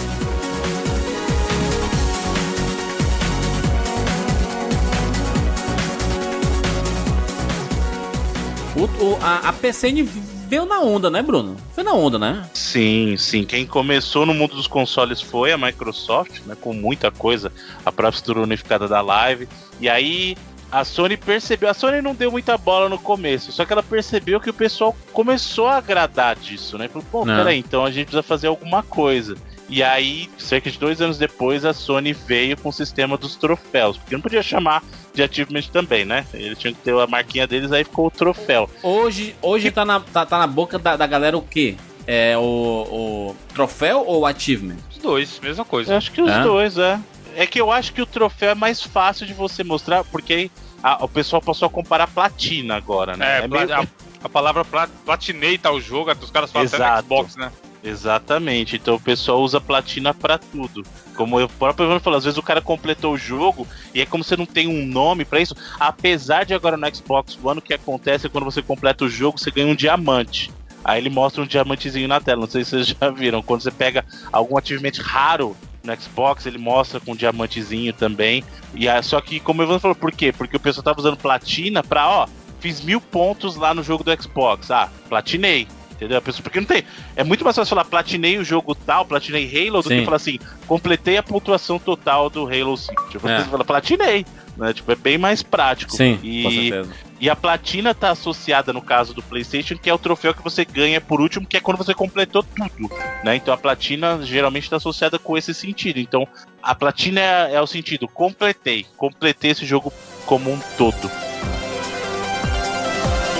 O, o- a, a P C N veio na onda, né, Bruno? Foi na onda, né? Sim, sim. Quem começou no mundo dos consoles foi a Microsoft, né? Com muita coisa, a própria estrutura unificada da Live. E aí a Sony percebeu. A Sony não deu muita bola no começo, só que ela percebeu que o pessoal começou a agradar disso, né? Falou, pô, Não. peraí, então a gente precisa fazer alguma coisa. E aí, cerca de dois anos depois, a Sony veio com o sistema dos troféus. Porque não podia chamar de achievement também, né? Eles tinham que ter a marquinha deles, aí ficou o troféu. Hoje, hoje tá, na, tá, tá na boca da, da galera o quê? É o, o troféu ou o achievement? Os dois, mesma Eu coisa. acho que os É? dois, é. É que eu acho que o troféu é mais fácil de você mostrar, porque aí a- o pessoal passou a comparar platina agora, né? É, É meio- a, a palavra plat, platinei tal jogo, os caras falam até no Exato. Xbox, né? Exatamente, então o pessoal usa platina pra tudo. Como eu próprio Evandro falou, às vezes o cara completou o jogo e é como você não tem um nome pra isso. Apesar de agora no Xbox One, o que acontece é quando você completa o jogo, você ganha um diamante. Aí ele mostra um diamantezinho na tela, não sei se vocês já viram. Quando você pega algum achievement raro no Xbox, ele mostra com um diamantezinho também. E aí, só que, como o Evandro falou, por quê? Porque o pessoal tava usando platina pra, ó, fiz mil pontos lá no jogo do Xbox. Ah, platinei. Entendeu? A pessoa, porque não tem. É muito mais fácil falar platinei o jogo tal, platinei Halo, do Sim. que falar assim, completei a pontuação total do Halo cinco. Tipo, É. você fala platinei. Né? Tipo, é bem mais prático. Sim, e, com certeza. e a platina tá associada, no caso do PlayStation, que é o troféu que você ganha por último, que é quando você completou tudo. Né? Então a platina geralmente está associada com esse sentido. Então a platina é, é o sentido, completei. Completei esse jogo como um todo.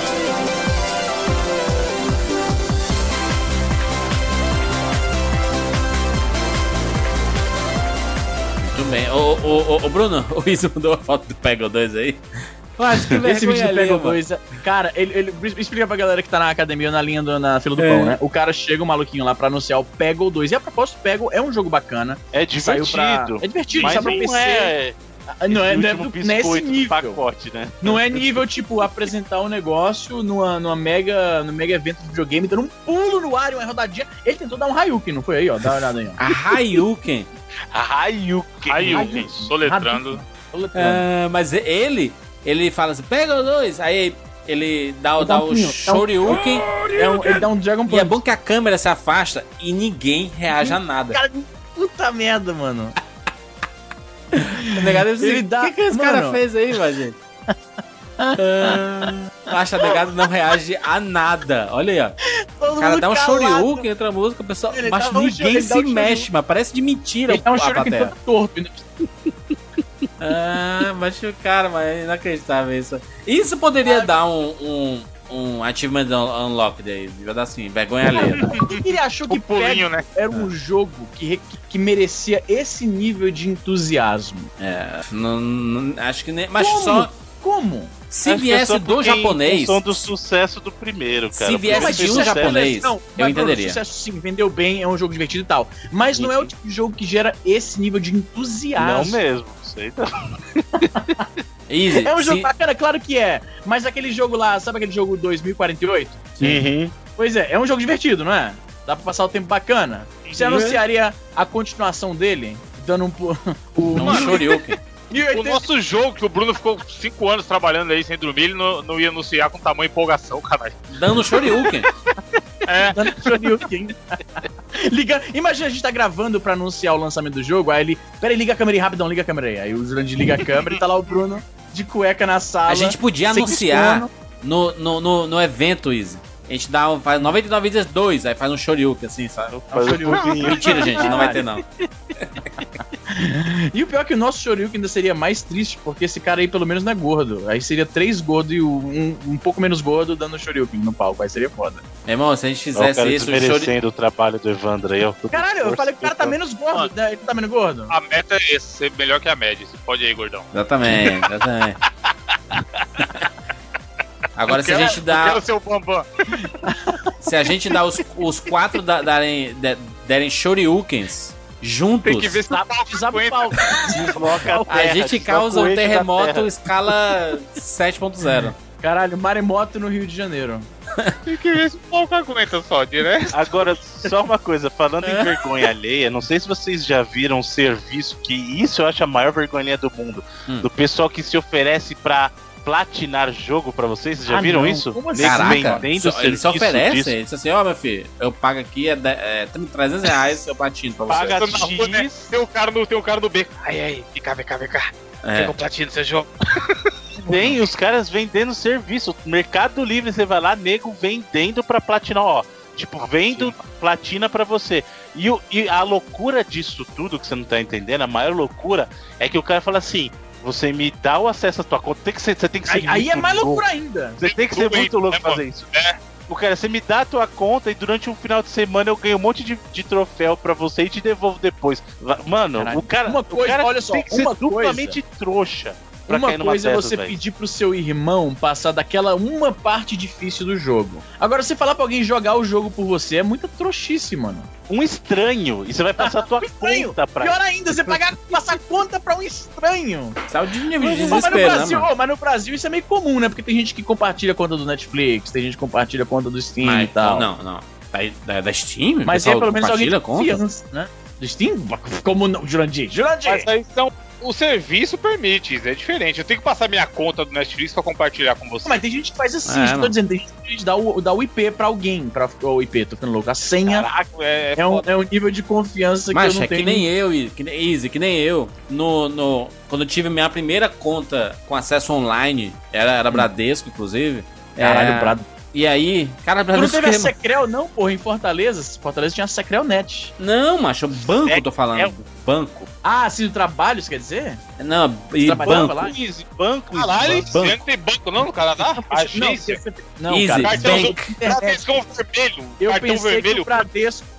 Também. Ô, ô, ô, ô, Bruno, o Izzy mandou a foto do Peggle dois aí. Eu acho que esse vídeo do Peggle dois. Cara, ele, ele explica pra galera que tá na academia na linha do, na fila do é. pão, né? O cara chega, o maluquinho lá pra anunciar o Peggle dois. E a propósito, o Peggle é um jogo bacana. É divertido. Pra... É divertido, mas sai pra não P C. É... Não é, não é do, nesse nível. Pacote, né? Não é nível, tipo, apresentar um negócio numa, numa mega, num mega evento de videogame, dando um pulo no ar e uma rodadinha. Ele tentou dar um Hayuken, não foi aí, ó? Dá uma olhada aí, ó. A Hayuken. A Hayuken. Hayuken, soletrando. Uh, mas ele, ele fala assim, pega o dois. Aí ele dá, dá o Shoryuken. É um, ele dá um Dragon Punch. E é bom que a câmera se afasta e ninguém reage a nada. Cara, puta merda, mano. Negado, assim, ele dá... O que, que esse mano... cara fez aí, mas gente? uh, acha negado não reage a nada. Olha aí, ó. Todo o cara dá um Shoryuken, entra a música, o pessoal. Mas ninguém um se mexe, um mas parece de mentira. Ele dá um Shoryuken todo torto. Ah, mas o cara, mas é inacreditável isso. Isso poderia ah, dar um, um, um achievement unlocked aí. Vai dar assim, vergonha alheia. Por que ele achou que pulinho, né? Era um jogo que, que, que merecia esse nível de entusiasmo? É, não, não, acho que nem. Mas Como? só. Como? Se acho viesse é do japonês. Som do sucesso do primeiro, cara. Se viesse de um japonês, não, eu entenderia. O sucesso sim, vendeu bem, é um jogo divertido e tal. Mas sim, não é o tipo de jogo que gera esse nível de entusiasmo. Não mesmo, sei não. Easy. É um jogo se... bacana, claro que é. Mas aquele jogo lá, sabe aquele jogo dois mil e quarenta e oito? Uhum. Pois é, é um jogo divertido, não é? Dá pra passar o tempo bacana. Você uhum. anunciaria a continuação dele? Dando um... o um Shoryuken. O nosso jogo, que o Bruno ficou cinco anos trabalhando aí sem dormir, ele não, não ia anunciar com tamanho empolgação, caralho. Dando Shoryuken. É. Dando Shoryuken. Liga, imagina a gente tá gravando pra anunciar o lançamento do jogo, aí ele... Pera aí, liga a câmera aí, rapidão, liga a câmera aí. Aí o Jurandir liga a câmera e tá lá o Bruno de cueca na sala. A gente podia anunciar no, no, no, no evento, Izzy. A gente dá um, faz noventa e nove vezes dois, aí faz um Shoryuken assim, sabe? Um Shoryuken. Mentira, gente, não vai ter não. E o pior é que o nosso Shoryuken ainda seria mais triste, porque esse cara aí pelo menos não é gordo. Aí seria três gordos e um, um pouco menos gordo dando Shoryuken no palco. Aí seria foda. Irmão, se a gente fizesse isso... desmerecendo o, Shori... o trabalho do Evandro aí, ó. Caralho, eu falei que o cara tá menos gordo, né? Ele tá menos gordo. A meta é esse, ser melhor que a média. Você pode ir aí, gordão. Exatamente, exatamente. Agora, se a gente dá... Eu quero ser o Bambam. Se a gente dá os, os quatro da, darem, derem Shoryukens juntos... Tem que ver se dá o palco. A gente causa um terremoto escala sete ponto zero. Caralho, maremoto no Rio de Janeiro. Tem que ver se o palco aguenta só, direto. Agora, só uma coisa, falando em vergonha alheia, não sei se vocês já viram um serviço que isso eu acho a maior vergonha do mundo. Hum. Do pessoal que se oferece pra... platinar jogo pra vocês, vocês já ah, viram não. isso? Como assim? Caraca, só, ele só oferece, ele disse assim, ó, oh, meu filho, eu pago aqui, é, é trezentos reais eu platino pra você. Paga X. Tem o cara no, tem o cara no beco. Aí, aí, vem cá, vem cá, vem cá. É. Quer platino seu jogo? Tem os caras vendendo serviço, Mercado Livre, você vai lá, nego vendendo pra platinar, ó. Tipo, vendo platina pra você. E, o, e a loucura disso tudo, que você não tá entendendo, a maior loucura é que o cara fala assim, você me dá o acesso à tua conta, tem que ser, você tem que ser Aí, aí é mais loucura ainda. Você tem que ser muito louco pra fazer isso. É. O cara, você me dá a tua conta e durante um final de semana eu ganho um monte de, de troféu pra você e te devolvo depois. Mano, Caralho. o cara, uma coisa, o cara olha só, tem que uma ser duplamente coisa. trouxa. Uma coisa é você véio. pedir pro seu irmão passar daquela uma parte difícil do jogo. Agora, você falar pra alguém jogar o jogo por você é muita trouxice, mano. Um estranho. E você vai passar a tua um conta pra Pior ainda, você pagar, passar conta pra um estranho. Sabe de nível de desespero, mas, no Brasil, né, oh, mas no Brasil isso é meio comum, né? Porque tem gente que compartilha a conta do Netflix, tem gente que compartilha a conta do Steam mas, e tal. Não, não. Da, da, da Steam? Mas é pelo menos alguém de confiança, né? Do Steam? Como não? Jurandir, Jurandir! Mas aí são... O serviço permite, é diferente. Eu tenho que passar minha conta do Netflix pra compartilhar com você. Mas tem gente que faz assim, é, tô dizendo, tem gente que dá o, dá o I P pra alguém, pra, o I P, tô ficando louco. A senha Caraca, é, é, um, é um nível de confiança Mas, que eu não é tenho. Que nem eu, que nem, Easy, que nem eu. No, no, quando eu tive minha primeira conta com acesso online, era, era Bradesco, inclusive. Caralho, é, Brado. E aí, cara, tu não teve a Secrel não, porra, em Fortaleza? Fortaleza tinha a Secrel Net. Não, macho, banco eu tô falando. É. Banco. Ah, se do trabalho, você quer dizer? Não, e banco. Lá? Easy, banco. Caralho, Easy, não tem banco não no Canadá? Agência? Não, Easy, cara, Bank. Cartão vermelho. Eu cartão pensei vermelho. que o Bradesco,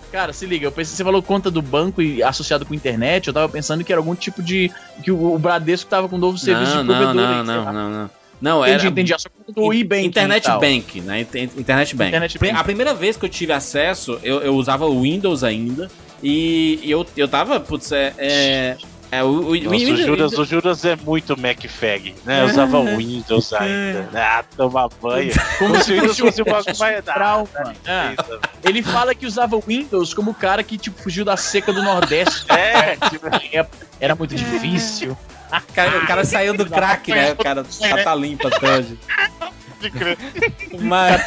Cara, se liga, eu pensei, você falou conta do banco e associado com internet, eu tava pensando que era algum tipo de... que o, o Bradesco tava com um novo serviço não, de provedor. Não, aí, não, não, lá. não, não. Não, entendi, era... entendi. A sua conta do e-banking Internet e tal. Bank, né? Internet Bank. Internet Bank. A primeira vez que eu tive acesso, eu, eu usava o Windows ainda. E eu, eu tava, putz, é... é... É, o, o, Nossa, o, o, Juras, o Juras é muito MacFag, né? Eu usava o Windows ainda. Ah, tomar banho. Como se fosse fosse uma coisa trauma. É. Ele fala que usava o Windows como o cara que tipo, fugiu da seca do Nordeste. É, tipo, era muito difícil. O cara, o cara saiu do crack, né? O cara tá limpo até hoje. Mas...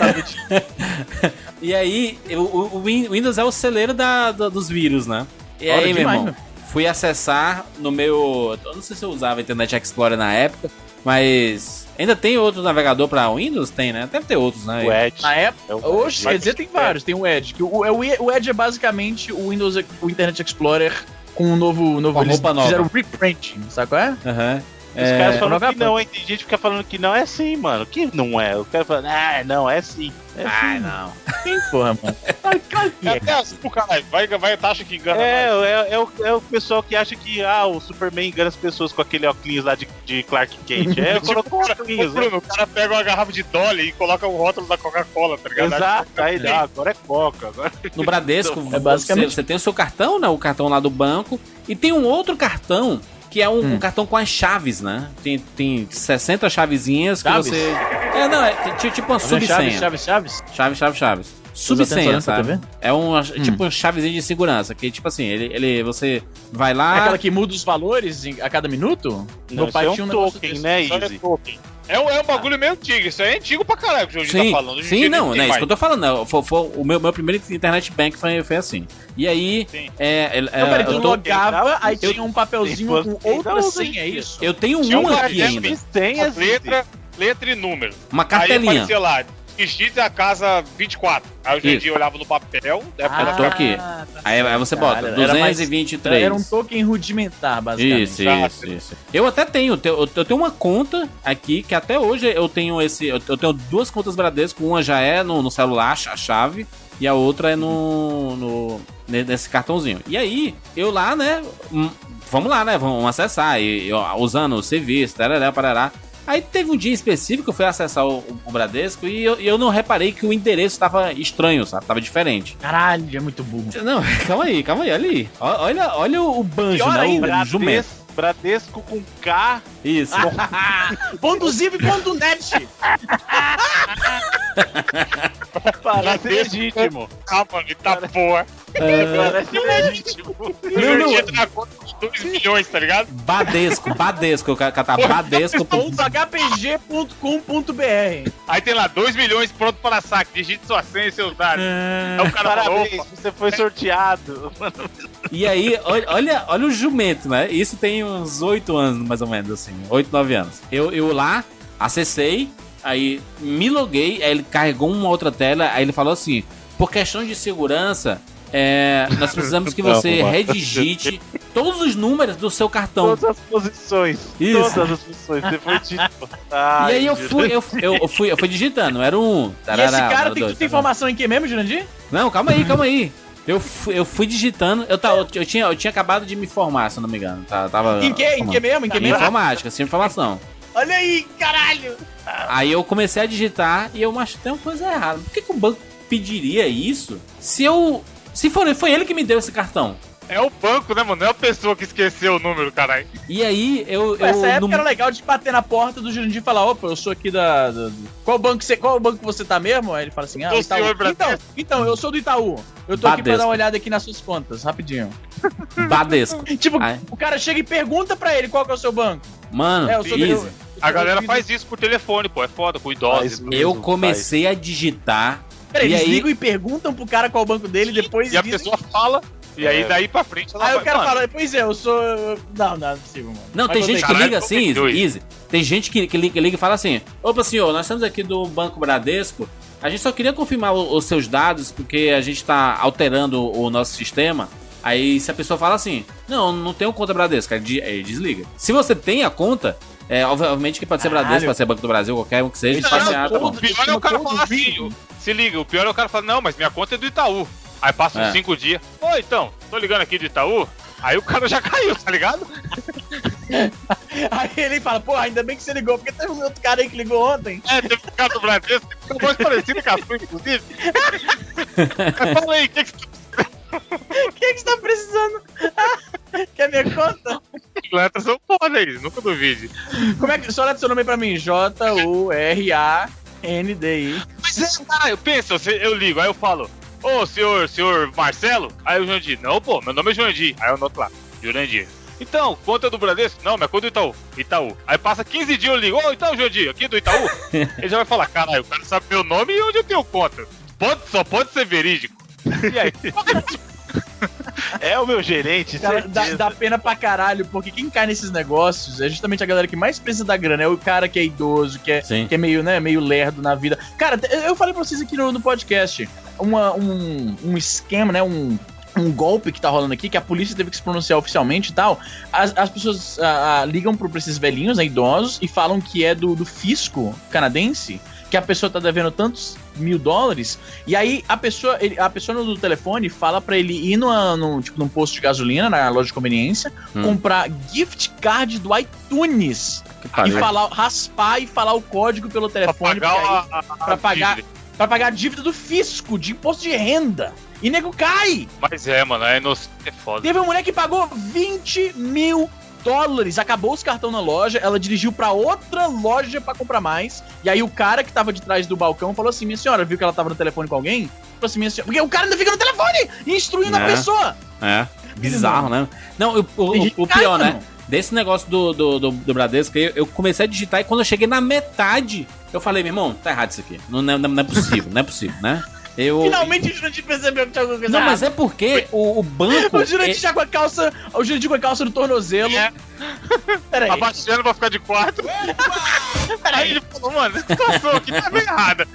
E aí, o, o Windows é o celeiro da, do, dos vírus, né? E Hora aí, meu demais, irmão, meu. Fui acessar no meu... Eu não sei se eu usava Internet Explorer na época, mas... Ainda tem outro navegador pra Windows? Tem, né? Deve ter outros, né? O Edge. Na época, É o hoje, Edge. quer dizer, tem vários. Tem o Edge. Que o, o, o Edge é basicamente o Windows, o Internet Explorer com um novo... novo Com a eles roupa nova. fizeram reprinting, sabe qual é? Aham. Os É, caras falam nova que não, hein? Tem gente que fica falando que não é assim, mano. Que não é. O cara fala, ah, não, é sim. É Ai, sim. não. Tem porra, mano. Claro que É é, até cara. assim pro caralho. Vai, vai, taxa que engana É, mais. é, é, o, é o pessoal que acha que ah, o Superman engana as pessoas com aquele óculos lá de, de Clark Kent. É, colocou Ô, óculos, né? Bruno, o cara pega uma garrafa de Dolly e coloca o rótulo da Coca-Cola, tá ligado? Exato, aí dá, agora é Coca. Agora... No Bradesco, É basicamente- você, você tem o seu cartão, né? O cartão lá do banco. E tem um outro cartão, que é um, Hum. um cartão com as chaves, né? Tem, tem sessenta chavezinhas que Chaves? você... É, não, é t- tipo uma subsenha. Chaves, chaves, chaves. Chave, chave, chaves. atenção Subsenha, pra sabe? ver? É uma, Hum. tipo uma chavezinha de segurança, que tipo assim, ele, ele você vai lá... É aquela que muda os valores em- a cada minuto? Não, isso é um token, né, Só é Easy? token. É um, é um bagulho meio antigo, isso aí é antigo pra caralho que o Jorginho Sim, tá falando. Hoje em sim dia não, nem não tem é isso mais. que eu tô falando. Não. Foi, foi, o meu, meu primeiro internet bank foi, foi assim. E aí, Sim. é, é, Não, peraí, tu eu, tô, logava, aí eu- tinha um papelzinho eu- com outra eu- senha, é isso? eu tenho Tinha um um aqui cartão ainda. Senhas, Letra, letra e número. Uma Aí cartelinha. aparecia lá, X a casa vinte e quatro. Aí o Isso. Jorginho olhava no papel, né, Ah, eu tô aqui. tá Aí, aí você bota Cara, era mais- duzentos e vinte e três. Era um token rudimentar, basicamente. Isso, Exato. isso, isso. Eu até tenho, eu eu tenho uma conta aqui que até hoje eu tenho esse, eu eu tenho duas contas Bradesco, uma já é no, no celular, a chave, e a outra é no, no nesse cartãozinho. E aí, eu lá, né, hum, vamos lá, né, vamos acessar, e, eu, usando o serviço, tarará, parará. Aí teve um dia específico que eu fui acessar o, o Bradesco e eu, eu não reparei que o endereço tava estranho, sabe? Tava diferente. Caralho, é muito burro. Não, calma aí, calma aí, olha aí. Ó- Olha, olha o banjo, Pior né? ainda, O jumento. Bradesco, Bradesco com K. Isso. Ponto ziv ponto net. Parece Bradesco. legítimo. Ah, mano, ele tá porra. Parece legítimo. O Não, não. Jorginho entra na conta com dois milhões, tá ligado? Badesco, Badesco, eu quero catar Badesco. Ponto h p g ponto com ponto b r. Aí tem lá, dois milhões pronto para saque. Digite sua senha e seus dados. Aí o cara falou, Parabéns, você foi sorteado. E aí, olha, olha, olha o jumento, né? Isso tem uns oito anos, mais ou menos, assim. oito, nove anos. Eu, eu lá, acessei, aí me loguei, aí ele carregou uma outra tela, aí ele falou assim, por questão de segurança, é, nós precisamos que você Não, mano. redigite todos os números do seu cartão. Todas as posições. Isso. Todas as posições. Você foi tipo. E aí eu fui, eu, eu, eu fui, eu fui digitando, era um... E tarará, esse cara era tem dois, que ter tarará. informação em que mesmo, Jurandir? Não, calma aí, calma aí. Eu fui, eu fui digitando, eu, tava, eu, tinha, eu tinha acabado de me formar, se eu não me engano. Tá, tava, Em que? Em que mesmo? Em que Em mesmo? informática, sem informação. Olha aí, caralho! Aí eu comecei a digitar e eu acho que tem uma coisa errada. Por que, que o banco pediria isso se eu... Se for, foi ele que me deu esse cartão. é o banco, né, mano? Não é a pessoa que esqueceu o número, caralho. E aí eu... eu Essa época no- era legal de bater na porta do Jurandir e falar, opa, eu sou aqui da... da- do- Qual banco você, qual banco você tá mesmo? Aí ele fala assim, ah, Sou o o senhor Itaú. Bradesco. Então, então, eu sou do Itaú. Eu tô aqui pra Bradesco. dar uma olhada aqui nas suas contas, rapidinho. Badesco. Tipo, Ai. o cara chega e pergunta pra ele qual que é o seu banco. Mano, É, eu sou do- easy. eu- A galera eu- faz isso por telefone, pô. É foda, com idosos. Faz. Eu mesmo, comecei a digitar. Peraí, E eles aí- ligam e perguntam pro cara qual é o banco dele, depois E a dizem- pessoa fala, e aí É. daí pra frente ela Aí o vai, cara mano, fala, pois é, eu sou... Não, não é possível, mano. Não, Mas tem conta gente aí. que Caralho, liga assim, tô Easy, doido. Easy. Tem gente que, que, liga, que liga e fala assim: opa, senhor, nós estamos aqui do Banco Bradesco. A gente só queria confirmar o- os seus dados, porque a gente tá alterando o nosso sistema. Aí se a pessoa fala assim, não, não tenho conta Bradesco, aí de- aí desliga. Se você tem a conta, é, obviamente que pode ser Caralho. Bradesco, pode ser Banco do Brasil, qualquer um que seja, Isso pode é ser, ah, tá bom. O pior é o cara Todo falar assim, vídeo. se liga, o pior é o cara falar, não, mas minha conta é do Itaú. Aí passa uns É. cinco dias. Ô, então, tô ligando aqui do Itaú. Aí o cara já caiu, tá ligado? Aí ele fala, pô, ainda bem que você ligou, porque teve um outro cara aí que ligou ontem. É, teve um cara do Bradesco que ficou mais parecido com a sua, inclusive. Mas fala aí, o que que você O que, que você tá precisando? Quer minha conta? letras são foda aí, nunca duvide. Como é que. Só leta seu nome aí pra mim. J U R A N D I. Mas é, cara, eu penso, eu ligo, aí eu falo, ô, senhor, senhor Marcelo? Aí o Jandir, não, pô, meu nome é Jandir. Aí eu anoto lá, Jurandir. Então, conta do Bradesco? Não, minha conta do Itaú. Itaú. Aí passa quinze dias, eu ligo, ô, então, Jandir, aqui do Itaú? Ele já vai falar, caralho, o cara sabe meu nome e onde eu tenho conta. Pode, só pode ser verídico. E aí? É o meu gerente, Cara, dá, certeza. dá pena pra caralho, porque quem cai nesses negócios é justamente a galera que mais precisa da grana. É o cara que é idoso, que é, Sim. que é meio, né, meio lerdo na vida. Cara, eu falei pra vocês aqui no, no podcast, uma, um, um esquema, né, um... um golpe que tá rolando aqui, que a polícia teve que se pronunciar oficialmente e tal, as, as pessoas ah, ah, ligam pro, pra esses velhinhos, né, idosos, e falam que é do, do fisco canadense, que a pessoa tá devendo tantos mil dólares, e aí a pessoa, ele, a pessoa no do telefone fala pra ele ir no, no, tipo, num posto de gasolina, na loja de conveniência, Hum. comprar gift card do iTunes, Que e pariu. falar, raspar e falar o código pelo Pra telefone, pagar porque aí- a, a, pra a pagar- dívida. pra pagar a dívida do fisco, de imposto de renda. E nego cai! Mas é, mano, é, inocente, é foda. Teve uma mulher que pagou vinte mil dólares. Acabou os cartões na loja, ela dirigiu pra outra loja pra comprar mais. E aí o cara que tava de trás do balcão falou assim: minha senhora, viu que ela tava no telefone com alguém? Falou assim, minha senhora. Porque o cara ainda fica no telefone instruindo É. a pessoa. É, bizarro, né? Não, o, o- Tem gente o que cai, pior, né? mano. Desse negócio do, do, do, do Bradesco, eu, eu comecei a digitar e quando eu cheguei na metade, eu falei, meu irmão, tá errado isso aqui. Não, não, não é possível, não é possível, né? Eu... Finalmente o Jurandir percebeu que tinha alguma coisa Não, mas errada. é porque o, o banco... O Jurandir é- já com a calça. O Jurandir com a calça no tornozelo. É. Peraí. Abaixando pra ficar de quatro. Aí Peraí. ele falou, mano, essa situação aqui tá bem errada.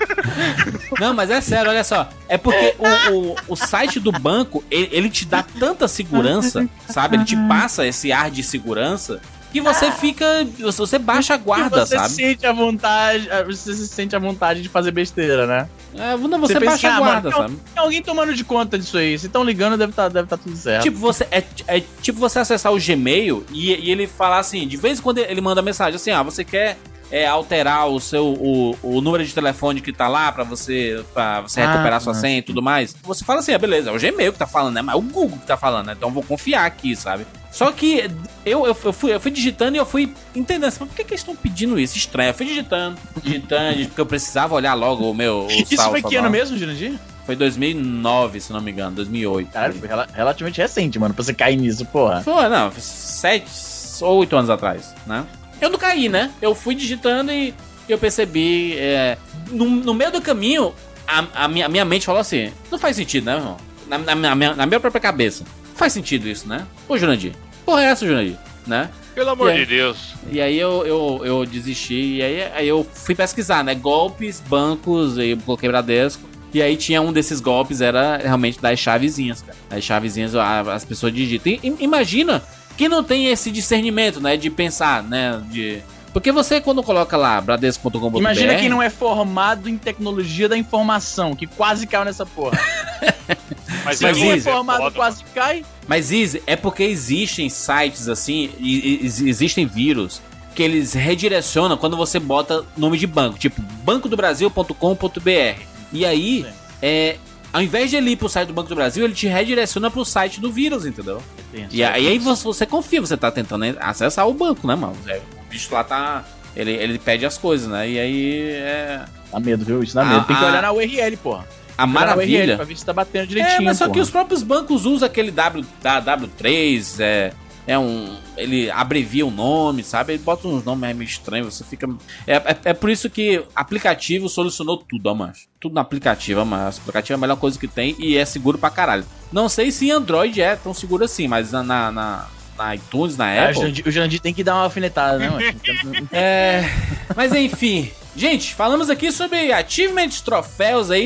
Não, mas é sério, olha só. É porque o, o, o site do banco, ele, ele te dá tanta segurança, sabe? Ele te passa esse ar de segurança que você fica... Você baixa a guarda, você sabe? sente a vontade. Você se sente a vontade de fazer besteira, né? É, não, você, pensa baixa assim, a ah, guarda, mano, sabe? Tem alguém tomando de conta disso aí. Se estão ligando, deve estar deve tá tudo certo. Tipo, você, é, é tipo você acessar o Gmail e, e ele falar assim, de vez em quando ele manda mensagem assim, ah, você quer é, alterar o seu o, o número de telefone que tá lá pra você, pra você Ah, recuperar sua ah. senha e tudo mais. Você fala assim, ah, beleza, é o Gmail que tá falando, né? Mas é o Google que tá falando, né? Então eu vou confiar aqui, sabe? Só que eu, eu, eu, fui, eu fui digitando e eu fui entendendo assim, por que, que eles estão pedindo isso? Estranho. Eu fui digitando, digitando, porque eu precisava olhar logo o meu. O Isso saldo foi que saldo. ano mesmo, Jurandir? Foi dois mil e nove, se não me engano, dois mil e oito. Caralho, foi rela- relativamente recente, mano, pra você cair nisso, porra. Foi, não, foi sete ou oito anos atrás, né? Eu não caí, né? Eu fui digitando e eu percebi. É, no, no meio do caminho, a, a, minha, a minha mente falou assim: não faz sentido, né, meu irmão? Na, na, na, minha, na minha própria cabeça. Não faz sentido isso, né? Ô, Jurandir, porra é essa, Jurandir? Né? Pelo amor E aí? de Deus. E aí eu, eu, eu desisti, e aí, aí eu fui pesquisar, né? Golpes, bancos, aí eu coloquei Bradesco. E aí tinha um desses golpes, era realmente das chavezinhas, cara. As chavezinhas, a- as pessoas digitam. E, im- imagina que não tem esse discernimento, né? De pensar, né? De... Porque você, quando coloca lá bradesco ponto com ponto b r... Imagina quem não é formado em tecnologia da informação, que quase caiu nessa porra. Mas, Mas Quem é Izzy, formado foda, quase cai. Mas, Izzy, é porque existem sites assim, e, e- existem vírus que eles redirecionam quando você bota nome de banco, tipo banco do brasil ponto com ponto b r. E aí, Sim. é, ao invés de ele ir pro site do Banco do Brasil, ele te redireciona pro site do vírus, entendeu? E aí, aí você, você confia, você tá tentando acessar o banco, né, mano? É, o bicho lá tá... Ele, ele pede as coisas, né? E aí, é... Dá medo, viu? Isso dá Ah, medo. Tem que ah. olhar na U R L, porra. A Tem que olhar na U R L maravilha... pra ver se tá batendo direitinho, É, mas só porra. que os próprios bancos usam aquele W, da W três, é, é um... Ele abrevia o nome, sabe? Ele bota uns nomes meio estranhos, você fica... É, é, é por isso que aplicativo solucionou tudo, ó, mancho. Tudo no aplicativo, ó, mancho. O aplicativo é a melhor coisa que tem e é seguro pra caralho. Não sei se Android é tão seguro assim, mas na, na, na, na iTunes, na Ah, o Apple... Jurandir- o Jurandir tem que dar uma alfinetada, né, mano? É... Mas enfim... Gente, falamos aqui sobre achievements, troféus aí...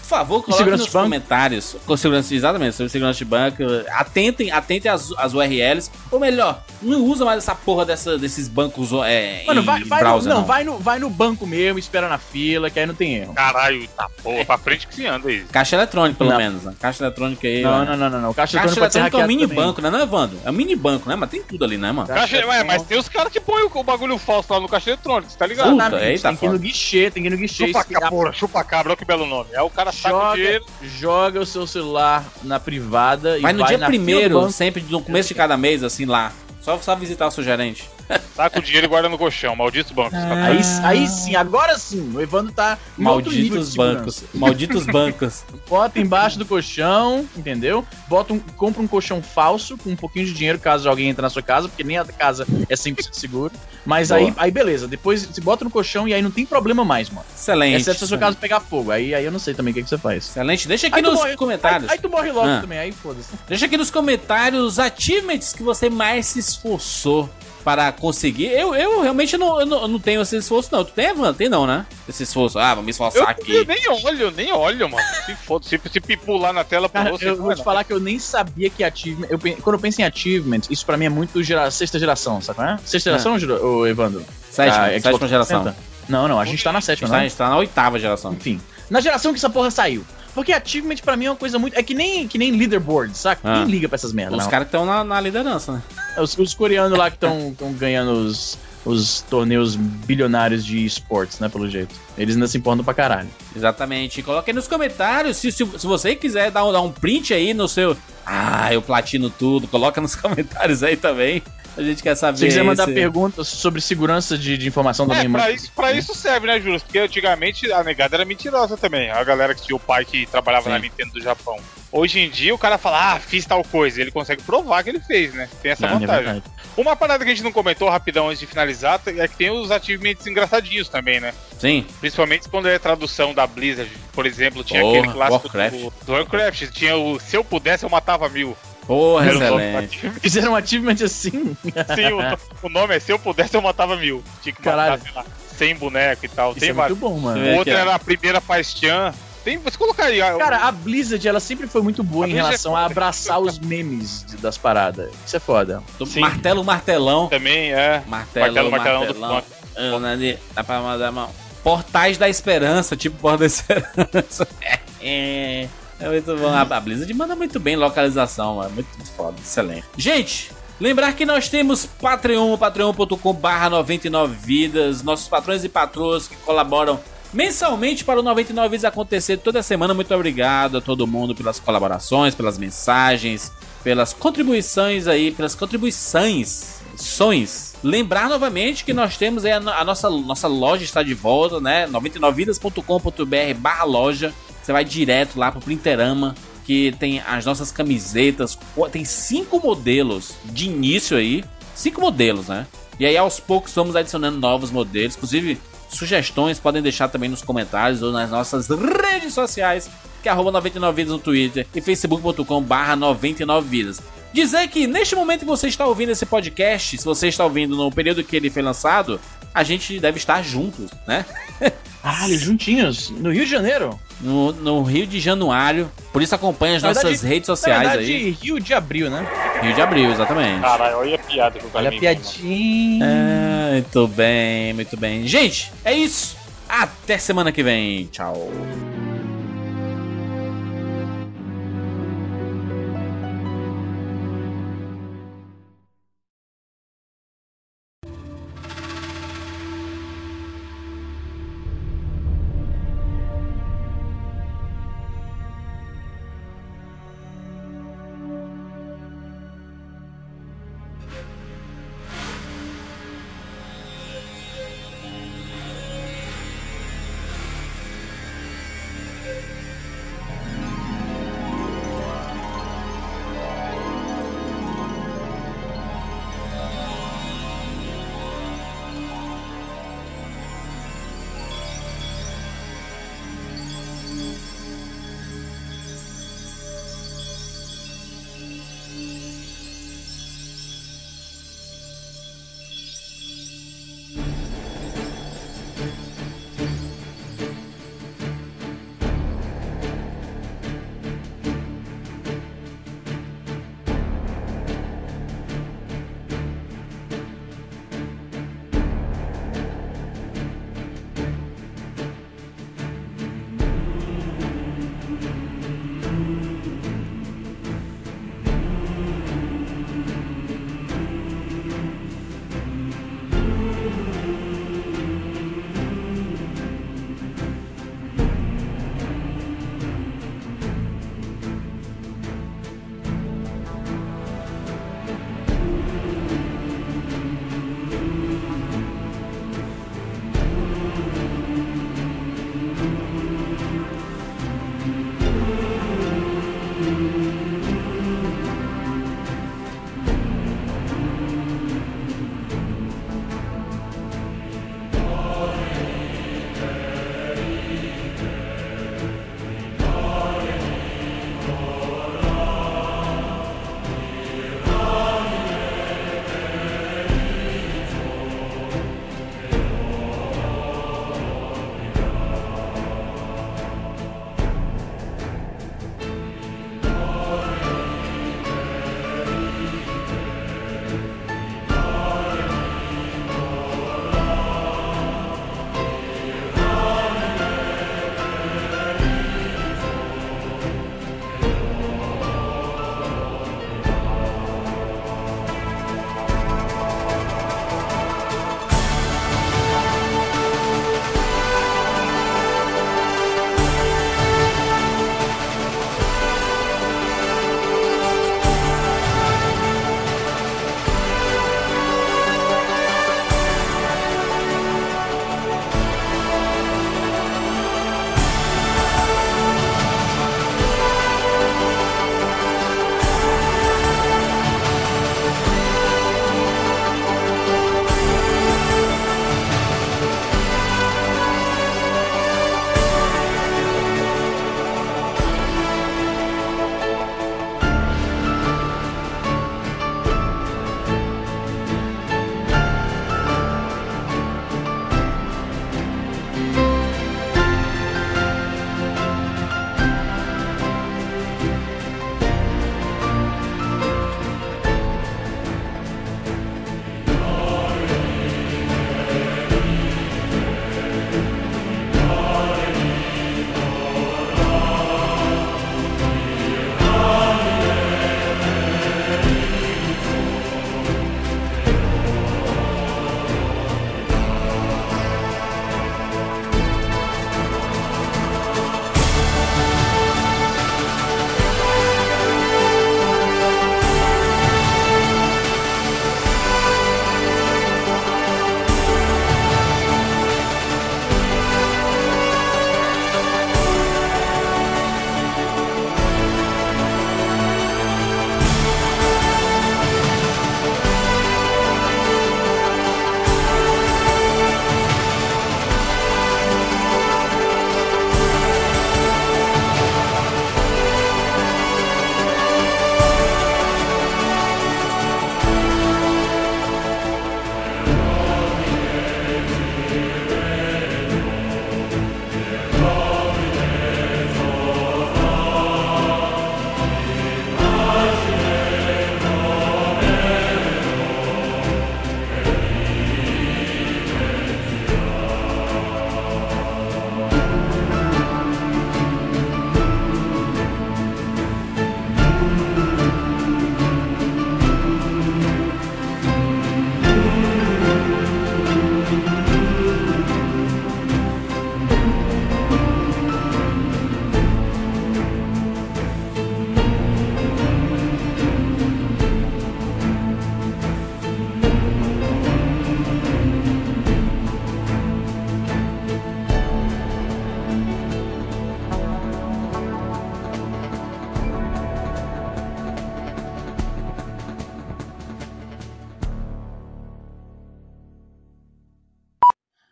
favor, coloquem nos comentários. Com segurança, exatamente, sobre segurança de banco. Atentem, atentem às, às U R Ls. Ou melhor, não usa mais essa porra dessa, desses bancos é, Mano, em vai, vai browser. No, não, não. Vai, no, vai no banco mesmo, espera na fila, que aí não tem erro. Caralho, tá porra, pra frente que se anda aí. Caixa eletrônica, pelo não. menos. Né? Caixa eletrônica aí. Não, né? não, não, não, não. Caixa, Caixa eletrônica eletrônica é um mini também. banco, né, não, Evandro? É um mini banco, né? Mas tem tudo ali, né, mano? Caixa, ué, mas tem os caras que põem o, o bagulho falso lá no caixa eletrônico, tá ligado? Puta, Exatamente, aí tá tem que ir no foda. guichê, tem que ir no guichê. Chupa espelhar- cabra, chupa cabra, olha que belo nome. Aí o cara saca o Joga, dinheiro. joga o seu celular na privada e Vai no vai dia na fila do primeiro, banco. sempre no começo de cada mês, assim, lá. Só, só visitar o seu gerente. Saca o dinheiro e guarda no colchão, maldito banco. Aí, aí sim, agora sim, o Evandro tá em outro nível de Malditos segurança. bancos. Malditos bancos. Bota embaixo do colchão, entendeu? Bota um, compra um colchão falso com um pouquinho de dinheiro caso alguém entre na sua casa, porque nem a casa é cem por cento segura. Mas aí, aí beleza, depois você bota no colchão e aí não tem problema mais, mano. Excelente. Exceto se a sua casa pegar fogo. Aí, aí eu não sei também o que, que você faz. Excelente. Deixa aqui Aí tu nos morre- comentários. Aí, aí tu morre logo Ah. também, aí foda-se. Deixa aqui nos comentários os achievements que você mais se esforçou para conseguir. Eu, eu realmente não, eu não, eu não tenho esse esforço, não. Tu tem, Evandro? Tem não, né? Esse esforço. Ah, vou me esforçar Eu, aqui. eu nem olho, nem olho, mano. Se foda, se, se pipular na tela pra Cara, você. eu vou te falar que eu nem sabia que achievement. Eu, pen- quando eu penso em achievement, isso pra mim é muito gera, sexta geração, sabe qual é? Sexta geração, Giro- ô, Evandro? Sétima, Ah, Xbox sétima geração. sessenta? Não, não, a gente tá na sétima, Está, né? está na oitava geração. Enfim, na geração que essa porra saiu. Porque achievement pra mim é uma coisa muito. É que nem, que nem leaderboard, saca? Ah. Quem liga pra essas merdas, Os não? caras que estão na, na liderança, né? Os, os coreanos lá que estão ganhando os, os torneios bilionários de esportes, né? Pelo jeito. Eles ainda se importam pra caralho. Exatamente. Coloque aí nos comentários. Se, se, se você quiser dar um, dar um print aí no seu. Ah, eu platino tudo. Coloca nos comentários aí também. A gente quer saber. Se quiser mandar esse- perguntas sobre segurança de, de informação também, É, manda. pra isso, pra isso serve, né, Júlio? Porque antigamente a negada era mentirosa também. A galera que tinha o pai que trabalhava Sim. na Nintendo do Japão. Hoje em dia o cara fala, ah, fiz tal coisa. E ele consegue provar que ele fez, né? Tem essa Não, é vantagem. verdade. Uma parada que a gente não comentou rapidão antes de finalizar é que tem os achievements engraçadinhos também, né? Sim. Principalmente quando é tradução da Blizzard, por exemplo, tinha Porra, aquele clássico Warcraft. Do, do Warcraft. Tinha o Se Eu Pudesse Eu Matava Mil. Porra, Era o nome do excelente. achievement. Fizeram um achievement assim? Sim, o, o nome é Se Eu Pudesse Eu Matava Mil. Tinha que matar, Caralho. sei lá, cem bonecos e tal. Isso Tem é vários. muito bom, mano. É, O outro que é. era a primeira paixão. Tem, você colocaria. Cara, a Blizzard, ela sempre foi muito boa A em Blizzard relação é a foda. abraçar os memes de- das paradas. Isso é foda. Sim. Martelo, martelão. também é. Martelo, Martelo, martelão do martelão. Ana ali, Dá pra mandar mão. Portais da Esperança, tipo Porta da Esperança. É, é muito bom. A a Blizzard manda muito bem localização, mano. Muito foda, excelente. Gente, lembrar que nós temos Patreon, patreon ponto com barra noventa e nove vidas. Nossos patrões e patroas que colaboram mensalmente para o noventa e nove Vidas acontecer toda semana. Muito obrigado a todo mundo pelas colaborações, pelas mensagens, pelas contribuições aí, pelas contribuições, sonhos. Lembrar novamente que nós temos aí a, no- a nossa, nossa loja está de volta, né? noventa e nove vidas ponto com ponto br barra loja. Você vai direto lá pro Printerama, que tem as nossas camisetas. Pô, tem cinco modelos de início aí. Cinco modelos, né? E aí aos poucos vamos adicionando novos modelos. Inclusive, sugestões podem deixar também nos comentários ou nas nossas redes sociais, que é arroba noventa e nove vidas no Twitter e facebook ponto com barra noventa e nove vidas. Dizer que neste momento que você está ouvindo esse podcast, se você está ouvindo no período que ele foi lançado, a gente deve estar juntos, né? Caralho, juntinhos, no Rio de Janeiro. No, no Rio de Januário. Por isso acompanha as Na nossas verdade- redes Na sociais verdade, aí. Rio de Abril, né? Rio de Abril, exatamente. Caralho, olha a piada que o cara Olha a me piadinha. É, muito bem, muito bem. Gente, é isso. Até semana que vem. Tchau.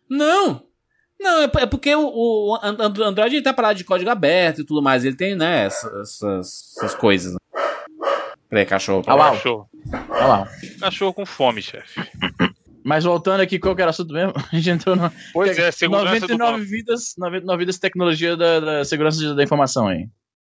Não! Não, é, é porque o, o Android tá parado de código aberto e tudo mais. Ele tem, né, essas, essas, essas coisas. Né? Peraí, cachorro. Ah, lá. Cachorro. Ah, lá. Cachorro com fome, chefe. Mas voltando aqui, qual que era o assunto mesmo? A gente entrou no... Pois é, segurança noventa e nove do vidas, noventa e nove vidas tecnologia da, da segurança da informação aí.